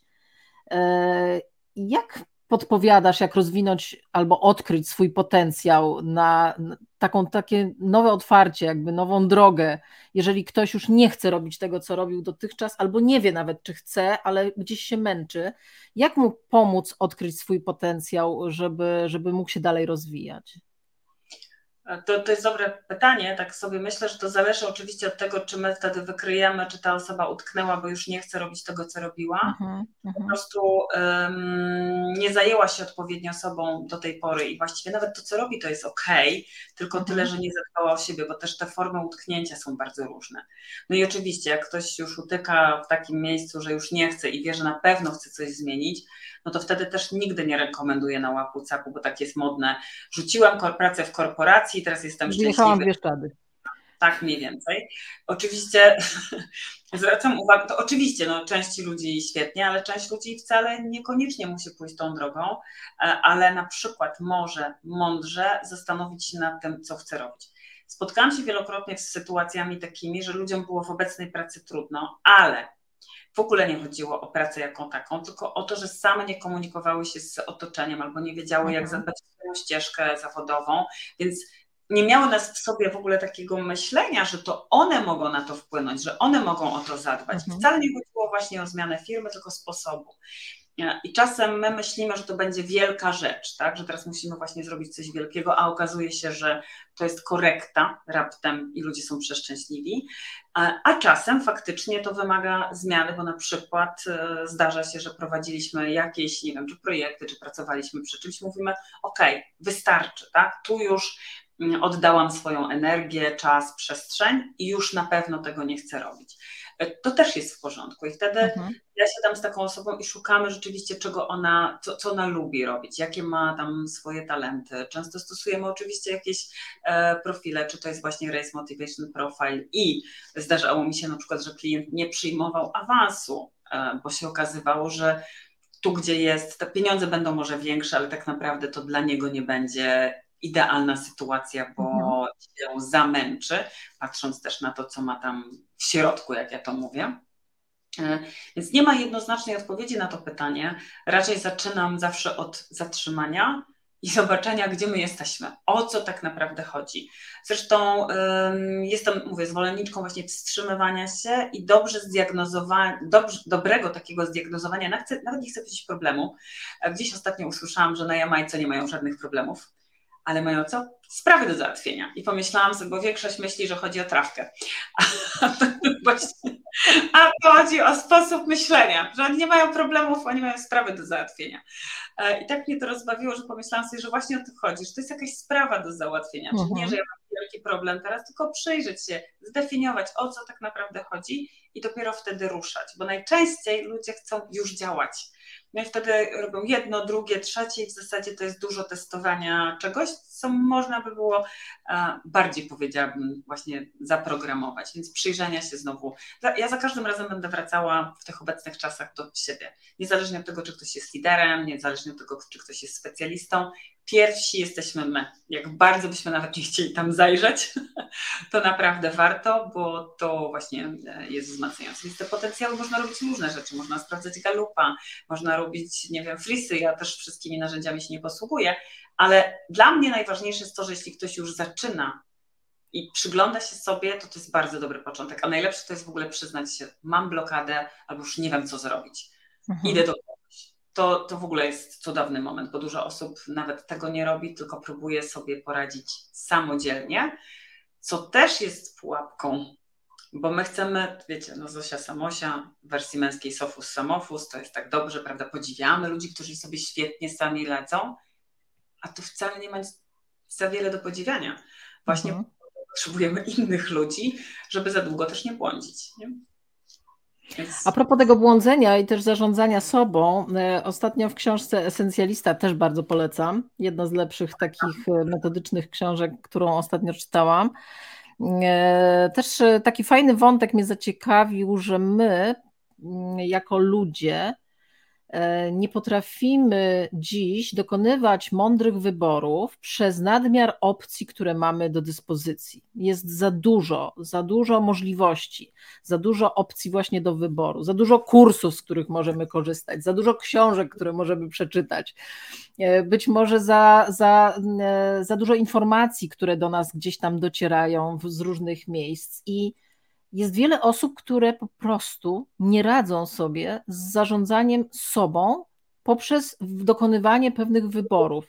Jak podpowiadasz, jak rozwinąć albo odkryć swój potencjał na taką, takie nowe otwarcie, jakby nową drogę, jeżeli ktoś już nie chce robić tego, co robił dotychczas, albo nie wie nawet, czy chce, ale gdzieś się męczy. Jak mu pomóc odkryć swój potencjał, żeby, żeby mógł się dalej rozwijać? To, to jest dobre pytanie, tak sobie myślę, że to zależy oczywiście od tego, czy my wtedy wykryjemy, czy ta osoba utknęła, bo już nie chce robić tego, co robiła, Mhm, po mhm. prostu um, nie zajęła się odpowiednio sobą do tej pory i właściwie nawet to, co robi, to jest okej, tylko Mhm. tyle, że nie zadbała o siebie, bo też te formy utknięcia są bardzo różne. No i oczywiście, jak ktoś już utyka w takim miejscu, że już nie chce i wie, że na pewno chce coś zmienić, no to wtedy też nigdy nie rekomenduję na łapu capu, bo tak jest modne. Rzuciłam pracę w korporacji, teraz jestem Wyjechałam szczęśliwy. w Bieszczady. Tak mniej więcej. Oczywiście zwracam uwagę, to oczywiście no, części ludzi świetnie, ale część ludzi wcale niekoniecznie musi pójść tą drogą, ale na przykład może mądrze zastanowić się nad tym, co chce robić. Spotkałam się wielokrotnie z sytuacjami takimi, że ludziom było w obecnej pracy trudno, ale w ogóle nie chodziło o pracę jako taką, tylko o to, że same nie komunikowały się z otoczeniem albo nie wiedziały, jak Mhm. zadbać o swoją ścieżkę zawodową, więc nie miały nas w sobie w ogóle takiego myślenia, że to one mogą na to wpłynąć, że one mogą o to zadbać. Mhm. Wcale nie chodziło właśnie o zmianę firmy, tylko sposobu. I czasem my myślimy, że to będzie wielka rzecz, tak? Że teraz musimy właśnie zrobić coś wielkiego, a okazuje się, że to jest korekta raptem i ludzie są przeszczęśliwi, a czasem faktycznie to wymaga zmiany, bo na przykład zdarza się, że prowadziliśmy jakieś, nie wiem, czy projekty, czy pracowaliśmy przy czymś, mówimy, okej, wystarczy, tak? Tu już oddałam swoją energię, czas, przestrzeń i już na pewno tego nie chcę robić. To też jest w porządku i wtedy mhm. ja siadam z taką osobą i szukamy rzeczywiście, czego ona, co, co ona lubi robić, jakie ma tam swoje talenty. Często stosujemy oczywiście jakieś e, profile, czy to jest właśnie Race Motivation Profile i zdarzało mi się na przykład, że klient nie przyjmował awansu, e, bo się okazywało, że tu, gdzie jest, te pieniądze będą może większe, ale tak naprawdę to dla niego nie będzie idealna sytuacja, bo mhm. się zamęczy, patrząc też na to, co ma tam w środku, jak ja to mówię. Więc nie ma jednoznacznej odpowiedzi na to pytanie. Raczej zaczynam zawsze od zatrzymania i zobaczenia, gdzie my jesteśmy, o co tak naprawdę chodzi. Zresztą um, jestem, mówię, zwolenniczką właśnie wstrzymywania się i dobrze zdiagnozowania, dobrze, dobrego takiego zdiagnozowania, nawet, nawet nie chcę powiedzieć problemu. Gdzieś ostatnio usłyszałam, że na Jamajce nie mają żadnych problemów, ale mają co? Sprawy do załatwienia. I pomyślałam sobie, bo większość myśli, że chodzi o trawkę. A to, właśnie, a to chodzi o sposób myślenia, że oni nie mają problemów, oni mają sprawy do załatwienia. I tak mnie to rozbawiło, że pomyślałam sobie, że właśnie o to chodzi, że to jest jakaś sprawa do załatwienia. Mhm. Czyli nie, że ja mam wielki problem teraz, tylko przyjrzeć się, zdefiniować, o co tak naprawdę chodzi i dopiero wtedy ruszać, bo najczęściej ludzie chcą już działać. No i wtedy robią jedno, drugie, trzecie i w zasadzie to jest dużo testowania czegoś, co można by było bardziej, powiedziałabym, właśnie zaprogramować. Więc przyjrzenia się znowu. Ja za każdym razem będę wracała w tych obecnych czasach do siebie. Niezależnie od tego, czy ktoś jest liderem, niezależnie od tego, czy ktoś jest specjalistą. Pierwsi jesteśmy my. Jak bardzo byśmy nawet nie chcieli tam zajrzeć, to naprawdę warto, bo to właśnie jest wzmacniające. Więc te potencjały można robić różne rzeczy. Można sprawdzać Galupa, można robić, nie wiem, Frisy. Ja też wszystkimi narzędziami się nie posługuję, ale dla mnie najważniejsze jest to, że jeśli ktoś już zaczyna i przygląda się sobie, to to jest bardzo dobry początek. A najlepsze to jest w ogóle przyznać się, mam blokadę albo już nie wiem, co zrobić. Mhm. Idę do kogoś. To, to w ogóle jest cudowny moment, bo dużo osób nawet tego nie robi, tylko próbuje sobie poradzić samodzielnie, co też jest pułapką, bo my chcemy, wiecie, no Zosia Samosia w wersji męskiej Sofus Samofus, to jest tak dobrze, prawda, podziwiamy ludzi, którzy sobie świetnie sami radzą, a tu wcale nie ma za wiele do podziwiania. Właśnie mhm. potrzebujemy innych ludzi, żeby za długo też nie błądzić. Nie? Więc... A propos tego błądzenia i też zarządzania sobą, ostatnio w książce Esencjalista też bardzo polecam. Jedna z lepszych takich metodycznych książek, którą ostatnio czytałam. Też taki fajny wątek mnie zaciekawił, że my jako ludzie nie potrafimy dziś dokonywać mądrych wyborów przez nadmiar opcji, które mamy do dyspozycji. Jest za dużo, za dużo możliwości, za dużo opcji właśnie do wyboru, za dużo kursów, z których możemy korzystać, za dużo książek, które możemy przeczytać, być może za, za, za dużo informacji, które do nas gdzieś tam docierają z różnych miejsc i jest wiele osób, które po prostu nie radzą sobie z zarządzaniem sobą poprzez dokonywanie pewnych wyborów.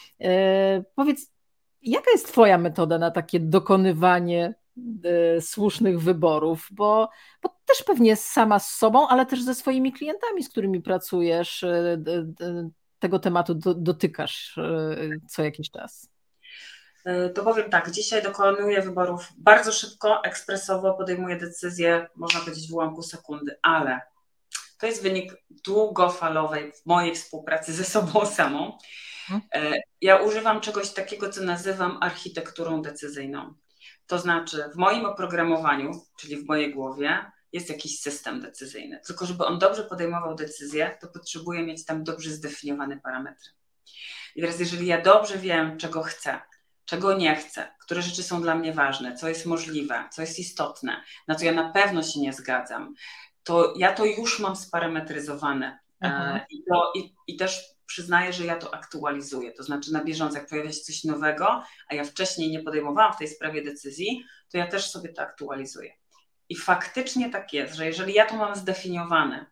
E, powiedz, jaka jest Twoja metoda na takie dokonywanie e, słusznych wyborów? Bo, bo też pewnie sama z sobą, ale też ze swoimi klientami, z którymi pracujesz, e, e, tego tematu do, dotykasz e, co jakiś czas. To powiem tak, dzisiaj dokonuję wyborów bardzo szybko, ekspresowo, podejmuję decyzje, można powiedzieć w ułamku sekundy, ale to jest wynik długofalowej mojej współpracy ze sobą samą. Ja używam czegoś takiego, co nazywam architekturą decyzyjną. To znaczy w moim oprogramowaniu, czyli w mojej głowie, jest jakiś system decyzyjny. Tylko żeby on dobrze podejmował decyzje, to potrzebuję mieć tam dobrze zdefiniowane parametry. I teraz jeżeli ja dobrze wiem, czego chcę, czego nie chcę, które rzeczy są dla mnie ważne, co jest możliwe, co jest istotne, na co ja na pewno się nie zgadzam, to ja to już mam sparametryzowane. I, to, i, i też przyznaję, że ja to aktualizuję. To znaczy na bieżąco, jak pojawia się coś nowego, a ja wcześniej nie podejmowałam w tej sprawie decyzji, to ja też sobie to aktualizuję. I faktycznie tak jest, że jeżeli ja to mam zdefiniowane,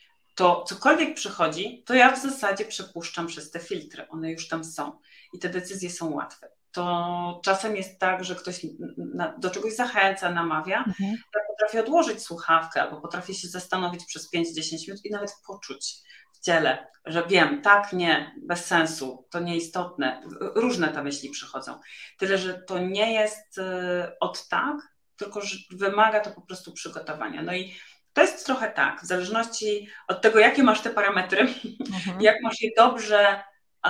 to cokolwiek przychodzi, to ja w zasadzie przepuszczam przez te filtry. One już tam są i te decyzje są łatwe. To czasem jest tak, że ktoś do czegoś zachęca, namawia, mhm. ja potrafię odłożyć słuchawkę albo potrafię się zastanowić przez pięć do dziesięciu minut i nawet poczuć w ciele, że wiem, tak, nie, bez sensu, to nieistotne, różne te myśli przychodzą. Tyle, że to nie jest od tak, tylko że wymaga to po prostu przygotowania. No i to jest trochę tak, w zależności od tego, jakie masz te parametry, mhm. jak masz je dobrze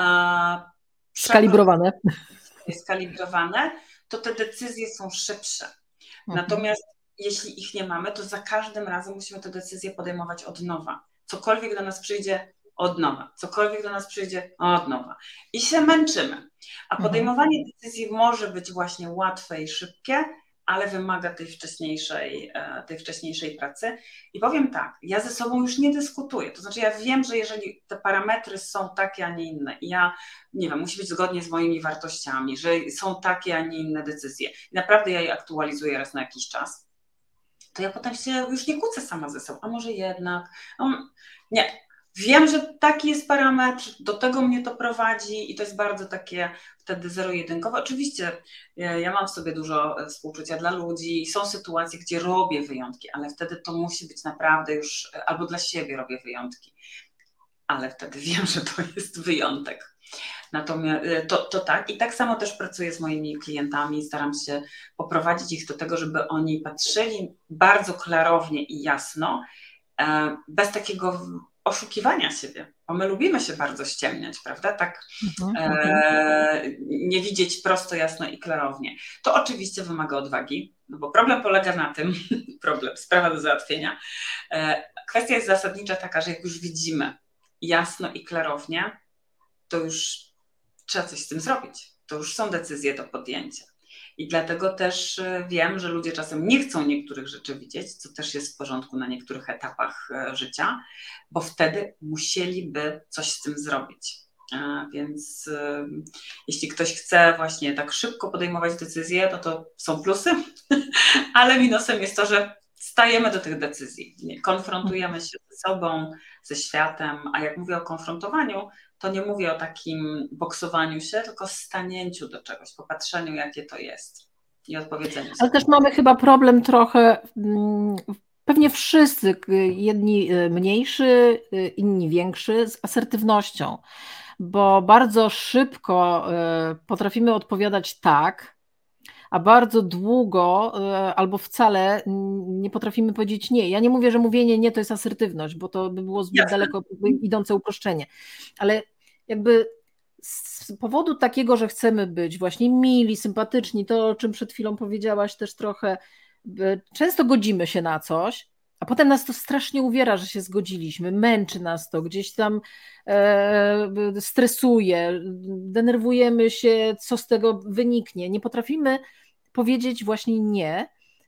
a, skalibrowane. skalibrowane, to te decyzje są szybsze. Mhm. Natomiast jeśli ich nie mamy, to za każdym razem musimy te decyzje podejmować od nowa. Cokolwiek do nas przyjdzie, od nowa. Cokolwiek do nas przyjdzie, od nowa. I się męczymy. A podejmowanie mhm. decyzji może być właśnie łatwe i szybkie, ale wymaga tej wcześniejszej, tej wcześniejszej pracy. I powiem tak, ja ze sobą już nie dyskutuję. To znaczy ja wiem, że jeżeli te parametry są takie, a nie inne i ja, nie wiem, musi być zgodnie z moimi wartościami, że są takie, a nie inne decyzje. I naprawdę ja je aktualizuję raz na jakiś czas. To ja potem się już nie kłócę sama ze sobą. A może jednak? No, nie. Wiem, że taki jest parametr, do tego mnie to prowadzi i to jest bardzo takie wtedy zero-jedynkowe. Oczywiście ja mam w sobie dużo współczucia dla ludzi i są sytuacje, gdzie robię wyjątki, ale wtedy to musi być naprawdę już, albo dla siebie robię wyjątki, ale wtedy wiem, że to jest wyjątek. Natomiast to, to tak i tak samo też pracuję z moimi klientami, staram się poprowadzić ich do tego, żeby oni patrzyli bardzo klarownie i jasno, bez takiego oszukiwania siebie, bo my lubimy się bardzo ściemniać, prawda? Tak mhm, e, nie widzieć prosto, jasno i klarownie. To oczywiście wymaga odwagi, no bo problem polega na tym, problem, sprawa do załatwienia. E, kwestia jest zasadnicza taka, że jak już widzimy jasno i klarownie, to już trzeba coś z tym zrobić. To już są decyzje do podjęcia. I dlatego też wiem, że ludzie czasem nie chcą niektórych rzeczy widzieć, co też jest w porządku na niektórych etapach życia, bo wtedy musieliby coś z tym zrobić. Więc jeśli ktoś chce właśnie tak szybko podejmować decyzje, no to są plusy, ale minusem jest to, że stajemy do tych decyzji, konfrontujemy się ze sobą, ze światem, a jak mówię o konfrontowaniu, to nie mówię o takim boksowaniu się, tylko stanięciu do czegoś, popatrzeniu, jakie to jest i odpowiedzeniu sobie. Ale też mamy chyba problem trochę, pewnie wszyscy, jedni mniejszy, inni większy, z asertywnością, bo bardzo szybko potrafimy odpowiadać tak, a bardzo długo albo wcale nie potrafimy powiedzieć nie. Ja nie mówię, że mówienie nie to jest asertywność, bo to by było zbyt Jasne. daleko idące uproszczenie, ale jakby z powodu takiego, że chcemy być właśnie mili, sympatyczni, to o czym przed chwilą powiedziałaś też trochę, często godzimy się na coś, a potem nas to strasznie uwiera, że się zgodziliśmy, męczy nas to, gdzieś tam e, stresuje, denerwujemy się, co z tego wyniknie. Nie potrafimy powiedzieć właśnie nie,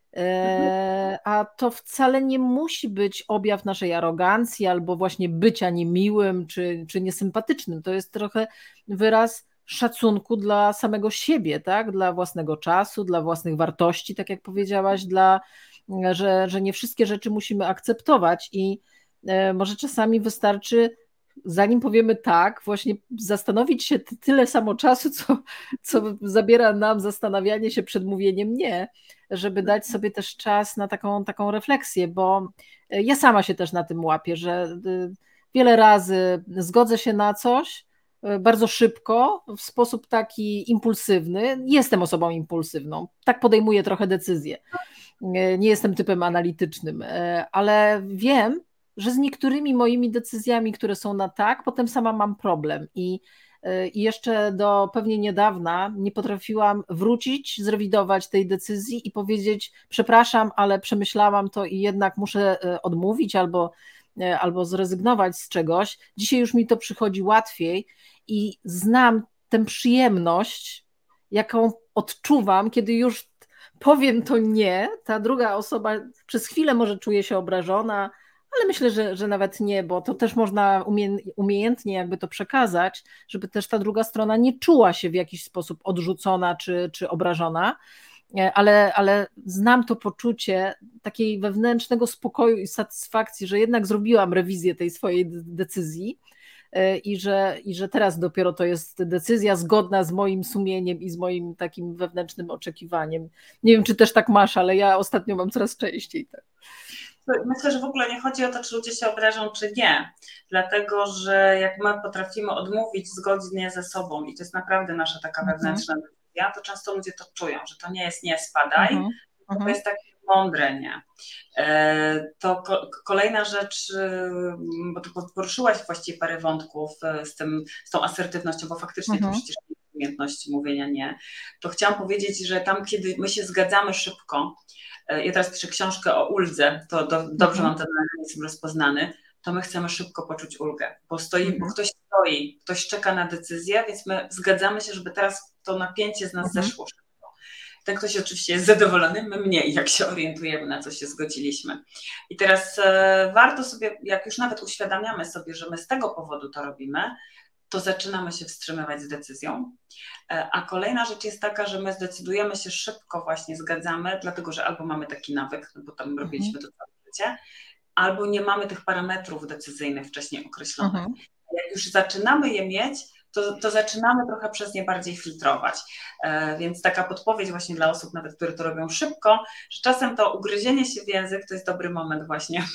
e, a to wcale nie musi być objaw naszej arogancji albo właśnie bycia niemiłym czy, czy niesympatycznym. To jest trochę wyraz szacunku dla samego siebie, tak? Dla własnego czasu, dla własnych wartości, tak jak powiedziałaś, dla Że, że nie wszystkie rzeczy musimy akceptować i może czasami wystarczy, zanim powiemy tak, właśnie zastanowić się tyle samo czasu, co, co zabiera nam zastanawianie się przed mówieniem nie, żeby dać sobie też czas na taką, taką refleksję, bo ja sama się też na tym łapię, że wiele razy zgodzę się na coś bardzo szybko, w sposób taki impulsywny. Jestem osobą impulsywną, tak podejmuję trochę decyzje. Nie jestem typem analitycznym, ale wiem, że z niektórymi moimi decyzjami, które są na tak, potem sama mam problem i, i jeszcze do pewnie niedawna nie potrafiłam wrócić, zrewidować tej decyzji i powiedzieć przepraszam, ale przemyślałam to i jednak muszę odmówić albo, albo zrezygnować z czegoś. Dzisiaj już mi to przychodzi łatwiej i znam tę przyjemność, jaką odczuwam, kiedy już powiem to nie, ta druga osoba przez chwilę może czuje się obrażona, ale myślę, że, że nawet nie, bo to też można umie, umiejętnie jakby to przekazać, żeby też ta druga strona nie czuła się w jakiś sposób odrzucona czy, czy obrażona, ale, ale znam to poczucie takiej wewnętrznego spokoju i satysfakcji, że jednak zrobiłam rewizję tej swojej decyzji i że, i że teraz dopiero to jest decyzja zgodna z moim sumieniem i z moim takim wewnętrznym oczekiwaniem. Nie wiem, czy też tak masz, ale ja ostatnio mam coraz częściej tak. Myślę, że w ogóle nie chodzi o to, czy ludzie się obrażą, czy nie, dlatego, że jak my potrafimy odmówić zgodnie ze sobą i to jest naprawdę nasza taka mhm. wewnętrzna decyzja, to często ludzie to czują, że to nie jest nie spadaj, mhm. to jest takie mądre nie. To kolejna rzecz, bo tu poruszyłaś właściwie parę wątków z, tym, z tą asertywnością, bo faktycznie mhm. to przecież nie jest umiejętność mówienia nie, to chciałam powiedzieć, że tam, kiedy my się zgadzamy szybko, ja teraz piszę książkę o uldze, to do, dobrze mhm. mam ten mechanizm rozpoznany, to my chcemy szybko poczuć ulgę, bo, stoi, mhm. bo ktoś stoi, ktoś czeka na decyzję, więc my zgadzamy się, żeby teraz to napięcie z nas mhm. zeszło. Ten ktoś oczywiście jest zadowolony, my mniej, jak się orientujemy, na co się zgodziliśmy. I teraz e, warto sobie, jak już nawet uświadamiamy sobie, że my z tego powodu to robimy, to zaczynamy się wstrzymywać z decyzją. E, a kolejna rzecz jest taka, że my zdecydujemy się szybko, właśnie zgadzamy, dlatego że albo mamy taki nawyk, no bo tam mhm. robiliśmy to całe życie, albo nie mamy tych parametrów decyzyjnych wcześniej określonych. Mhm. Jak już zaczynamy je mieć, To, to zaczynamy trochę przez nie bardziej filtrować. E, więc taka podpowiedź właśnie dla osób nawet, które to robią szybko, że czasem to ugryzienie się w język to jest dobry moment właśnie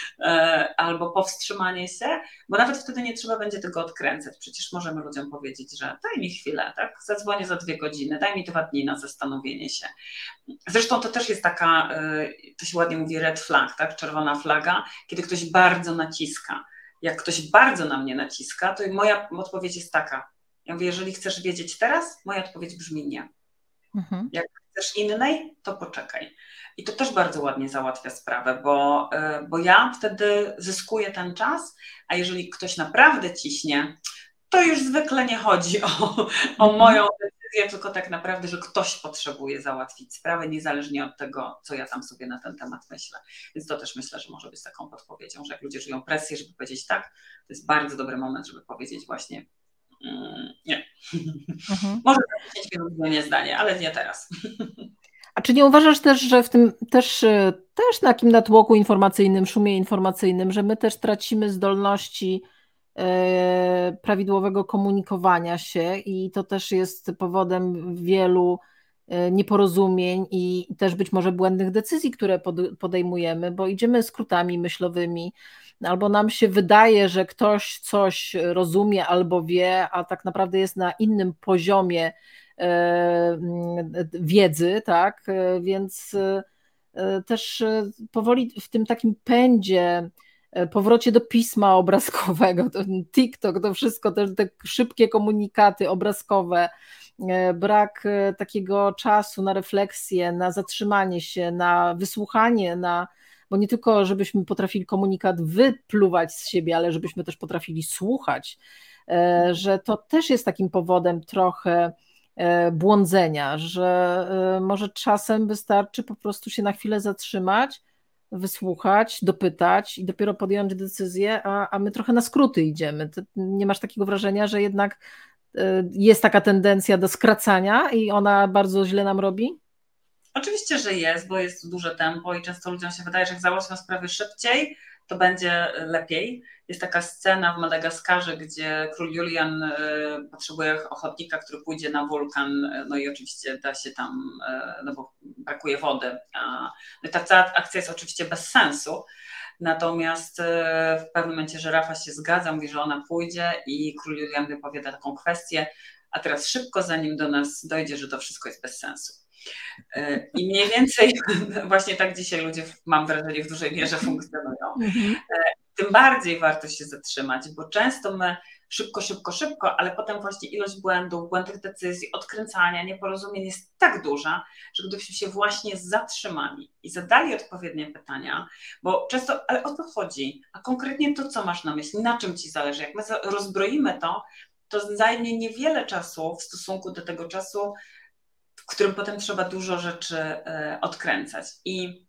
e, albo powstrzymanie się, bo nawet wtedy nie trzeba będzie tego odkręcać. Przecież możemy ludziom powiedzieć, że daj mi chwilę, tak? Zadzwonię za dwie godziny, daj mi dwa dni na zastanowienie się. Zresztą to też jest taka, e, to się ładnie mówi red flag, tak? Czerwona flaga, kiedy ktoś bardzo naciska. Jak ktoś bardzo na mnie naciska, to moja odpowiedź jest taka. Ja mówię, jeżeli chcesz wiedzieć teraz, moja odpowiedź brzmi nie. Mhm. Jak chcesz innej, to poczekaj. I to też bardzo ładnie załatwia sprawę, bo, bo ja wtedy zyskuję ten czas, a jeżeli ktoś naprawdę ciśnie, to już zwykle nie chodzi o, o mhm. moją decyzję, tylko tak naprawdę, że ktoś potrzebuje załatwić sprawę, niezależnie od tego, co ja tam sobie na ten temat myślę. Więc to też myślę, że może być taką podpowiedzią, że jak ludzie czują presję, żeby powiedzieć tak, to jest bardzo dobry moment, żeby powiedzieć właśnie mm, nie. Mhm. Może za dziesięć minut zmienię zdanie, ale nie teraz. A czy nie uważasz też, że w tym też, też na takim natłoku informacyjnym, szumie informacyjnym, że my też tracimy zdolności prawidłowego komunikowania się i to też jest powodem wielu nieporozumień i też być może błędnych decyzji, które podejmujemy, bo idziemy skrótami myślowymi, albo nam się wydaje, że ktoś coś rozumie albo wie, a tak naprawdę jest na innym poziomie wiedzy, tak, więc też powoli w tym takim pędzie, powrocie do pisma obrazkowego, ten TikTok, to wszystko, te, te szybkie komunikaty obrazkowe, brak takiego czasu na refleksję, na zatrzymanie się, na wysłuchanie, na, bo nie tylko żebyśmy potrafili komunikat wypluwać z siebie, ale żebyśmy też potrafili słuchać, że to też jest takim powodem trochę błądzenia, że może czasem wystarczy po prostu się na chwilę zatrzymać, wysłuchać, dopytać i dopiero podjąć decyzję, a, a my trochę na skróty idziemy. Ty nie masz takiego wrażenia, że jednak jest taka tendencja do skracania i ona bardzo źle nam robi? Oczywiście, że jest, bo jest duże tempo i często ludziom się wydaje, że jak załatwią sprawy szybciej, to będzie lepiej. Jest taka scena w Madagaskarze, gdzie król Julian potrzebuje ochotnika, który pójdzie na wulkan, no i oczywiście da się tam, no bo brakuje wody. No i ta cała akcja jest oczywiście bez sensu, natomiast w pewnym momencie żyrafa się zgadza, mówi, że ona pójdzie i król Julian wypowiada taką kwestię, a teraz szybko, zanim do nas dojdzie, że to wszystko jest bez sensu. I mniej więcej właśnie tak dzisiaj ludzie, mam wrażenie, w dużej mierze funkcjonują. Mhm. Tym bardziej warto się zatrzymać, bo często my szybko, szybko, szybko, ale potem właśnie ilość błędów, błędnych decyzji, odkręcania, nieporozumień jest tak duża, że gdybyśmy się właśnie zatrzymali i zadali odpowiednie pytania, bo często, ale o co chodzi? A konkretnie to, co masz na myśli, na czym ci zależy? Jak my rozbroimy to, to zajmie niewiele czasu w stosunku do tego czasu, w którym potem trzeba dużo rzeczy odkręcać. I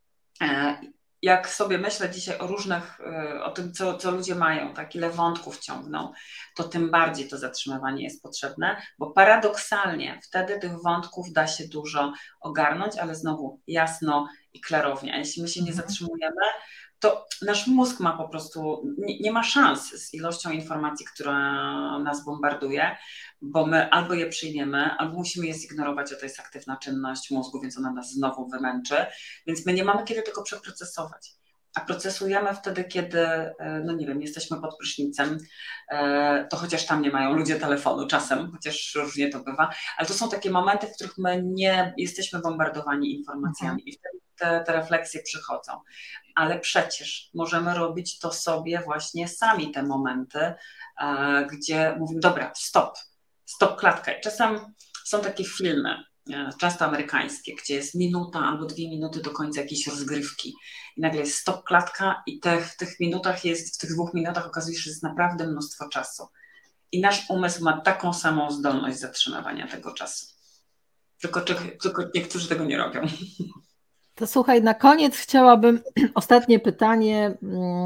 jak sobie myślę dzisiaj o różnych, o tym, co, co ludzie mają, tak, ile wątków ciągną, to tym bardziej to zatrzymywanie jest potrzebne, bo paradoksalnie wtedy tych wątków da się dużo ogarnąć, ale znowu jasno i klarownie. A jeśli my się nie zatrzymujemy, to nasz mózg ma po prostu, nie, nie ma szans z ilością informacji, która nas bombarduje, bo my albo je przyjmiemy, albo musimy je zignorować, a to jest aktywna czynność mózgu, więc ona nas znowu wymęczy, więc my nie mamy kiedy tego przeprocesować. A procesujemy wtedy, kiedy, no nie wiem, jesteśmy pod prysznicem, to chociaż tam nie mają ludzie telefonu czasem, chociaż różnie to bywa, ale to są takie momenty, w których my nie jesteśmy bombardowani informacjami mhm. i wtedy te, te refleksje przychodzą. Ale przecież możemy robić to sobie właśnie sami, te momenty, gdzie mówimy, dobra, stop, stop klatka. I czasem są takie filmy, często amerykańskie, gdzie jest minuta albo dwie minuty do końca jakiejś rozgrywki i nagle jest stop klatka i te, w tych minutach jest, w tych dwóch minutach okazuje się, że jest naprawdę mnóstwo czasu. I nasz umysł ma taką samą zdolność zatrzymywania tego czasu. Tylko, tylko niektórzy tego nie robią. To słuchaj, na koniec chciałabym ostatnie pytanie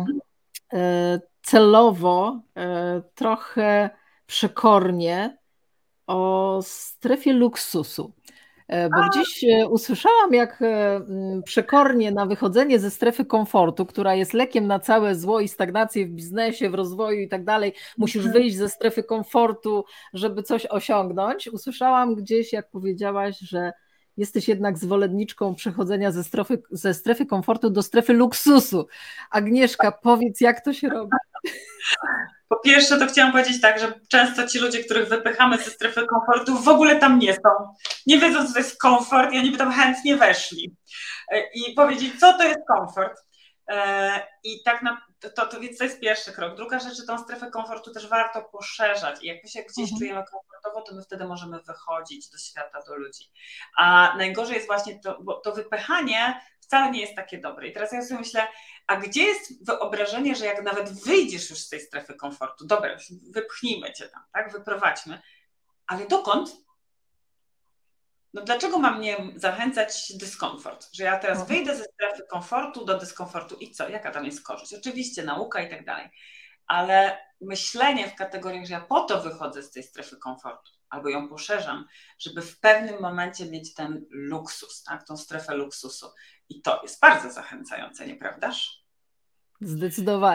celowo, trochę przekornie o strefie luksusu. Bo gdzieś usłyszałam, jak przekornie na wychodzenie ze strefy komfortu, która jest lekiem na całe zło i stagnację w biznesie, w rozwoju i tak dalej, musisz wyjść ze strefy komfortu, żeby coś osiągnąć. Usłyszałam gdzieś, jak powiedziałaś, że jesteś jednak zwolenniczką przechodzenia ze strefy, ze strefy komfortu do strefy luksusu. Agnieszka, powiedz, jak to się robi? Po pierwsze, to chciałam powiedzieć tak, że często ci ludzie, których wypychamy ze strefy komfortu, w ogóle tam nie są. Nie wiedzą, co to jest komfort i oni by tam chętnie weszli. I powiedzieć, co to jest komfort. I tak na, to, to, więc to jest pierwszy krok. Druga rzecz, że tą strefę komfortu też warto poszerzać. I jak my się gdzieś mhm. czujemy komfortowo, to my wtedy możemy wychodzić do świata, do ludzi. A najgorzej jest właśnie to, bo to wypychanie wcale nie jest takie dobre. I teraz ja sobie myślę, a gdzie jest wyobrażenie, że jak nawet wyjdziesz już z tej strefy komfortu, dobra, wypchnijmy cię tam, tak, wyprowadźmy, ale dokąd? No dlaczego ma mnie zachęcać dyskomfort? Że ja teraz wyjdę ze strefy komfortu do dyskomfortu i co? Jaka tam jest korzyść? Oczywiście nauka i tak dalej, ale myślenie w kategoriach, że ja po to wychodzę z tej strefy komfortu albo ją poszerzam, żeby w pewnym momencie mieć ten luksus, tak, tą strefę luksusu. I to jest bardzo zachęcające, nieprawdaż? Zdecydowanie.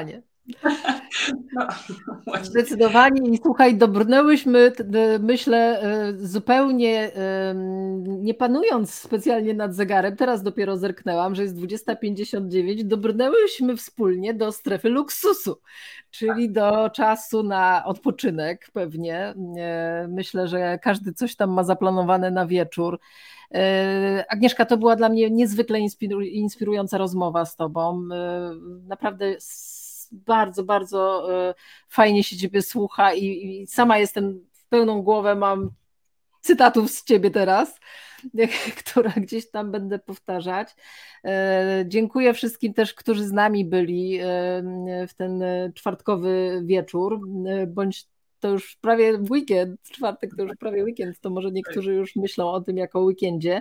No, zdecydowanie. I słuchaj, dobrnęłyśmy, myślę, zupełnie nie panując specjalnie nad zegarem, teraz dopiero zerknęłam, że jest dwudziesta pięćdziesiąt dziewięć, dobrnęłyśmy wspólnie do strefy luksusu, czyli do czasu na odpoczynek pewnie. Myślę, że każdy coś tam ma zaplanowane na wieczór. Agnieszka, to była dla mnie niezwykle inspirująca rozmowa z tobą. Naprawdę bardzo, bardzo fajnie się ciebie słucha i, i sama jestem w pełną głowę, mam cytatów z ciebie teraz, które gdzieś tam będę powtarzać. Dziękuję wszystkim też, którzy z nami byli w ten czwartkowy wieczór, bądź to już prawie weekend, czwartek to już prawie weekend, to może niektórzy już myślą o tym jako o weekendzie.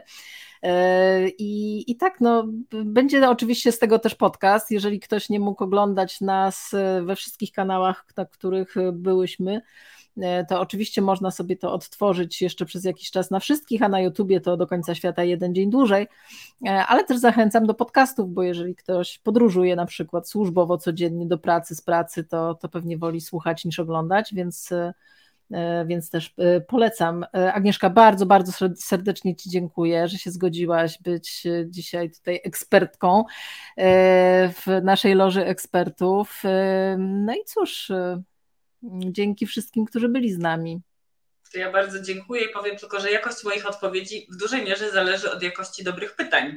I, I tak, no, będzie oczywiście z tego też podcast, jeżeli ktoś nie mógł oglądać nas we wszystkich kanałach, na których byłyśmy, to oczywiście można sobie to odtworzyć jeszcze przez jakiś czas na wszystkich, a na YouTubie to do końca świata jeden dzień dłużej, ale też zachęcam do podcastów, bo jeżeli ktoś podróżuje na przykład służbowo codziennie do pracy, z pracy, to, to pewnie woli słuchać niż oglądać, więc, więc też polecam. Agnieszka, bardzo, bardzo serdecznie ci dziękuję, że się zgodziłaś być dzisiaj tutaj ekspertką w naszej loży ekspertów. No i cóż, dzięki wszystkim, którzy byli z nami. To ja bardzo dziękuję i powiem tylko, że jakość moich odpowiedzi w dużej mierze zależy od jakości dobrych pytań.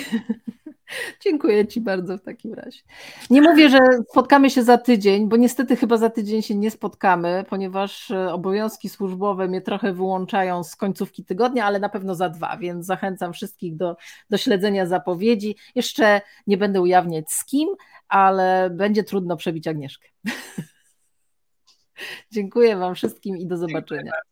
Dziękuję ci bardzo w takim razie. Nie mówię, że spotkamy się za tydzień, bo niestety chyba za tydzień się nie spotkamy, ponieważ obowiązki służbowe mnie trochę wyłączają z końcówki tygodnia, ale na pewno za dwa, więc zachęcam wszystkich do, do śledzenia zapowiedzi. Jeszcze nie będę ujawniać z kim, ale będzie trudno przebić Agnieszkę. Dziękuję wam wszystkim i do zobaczenia.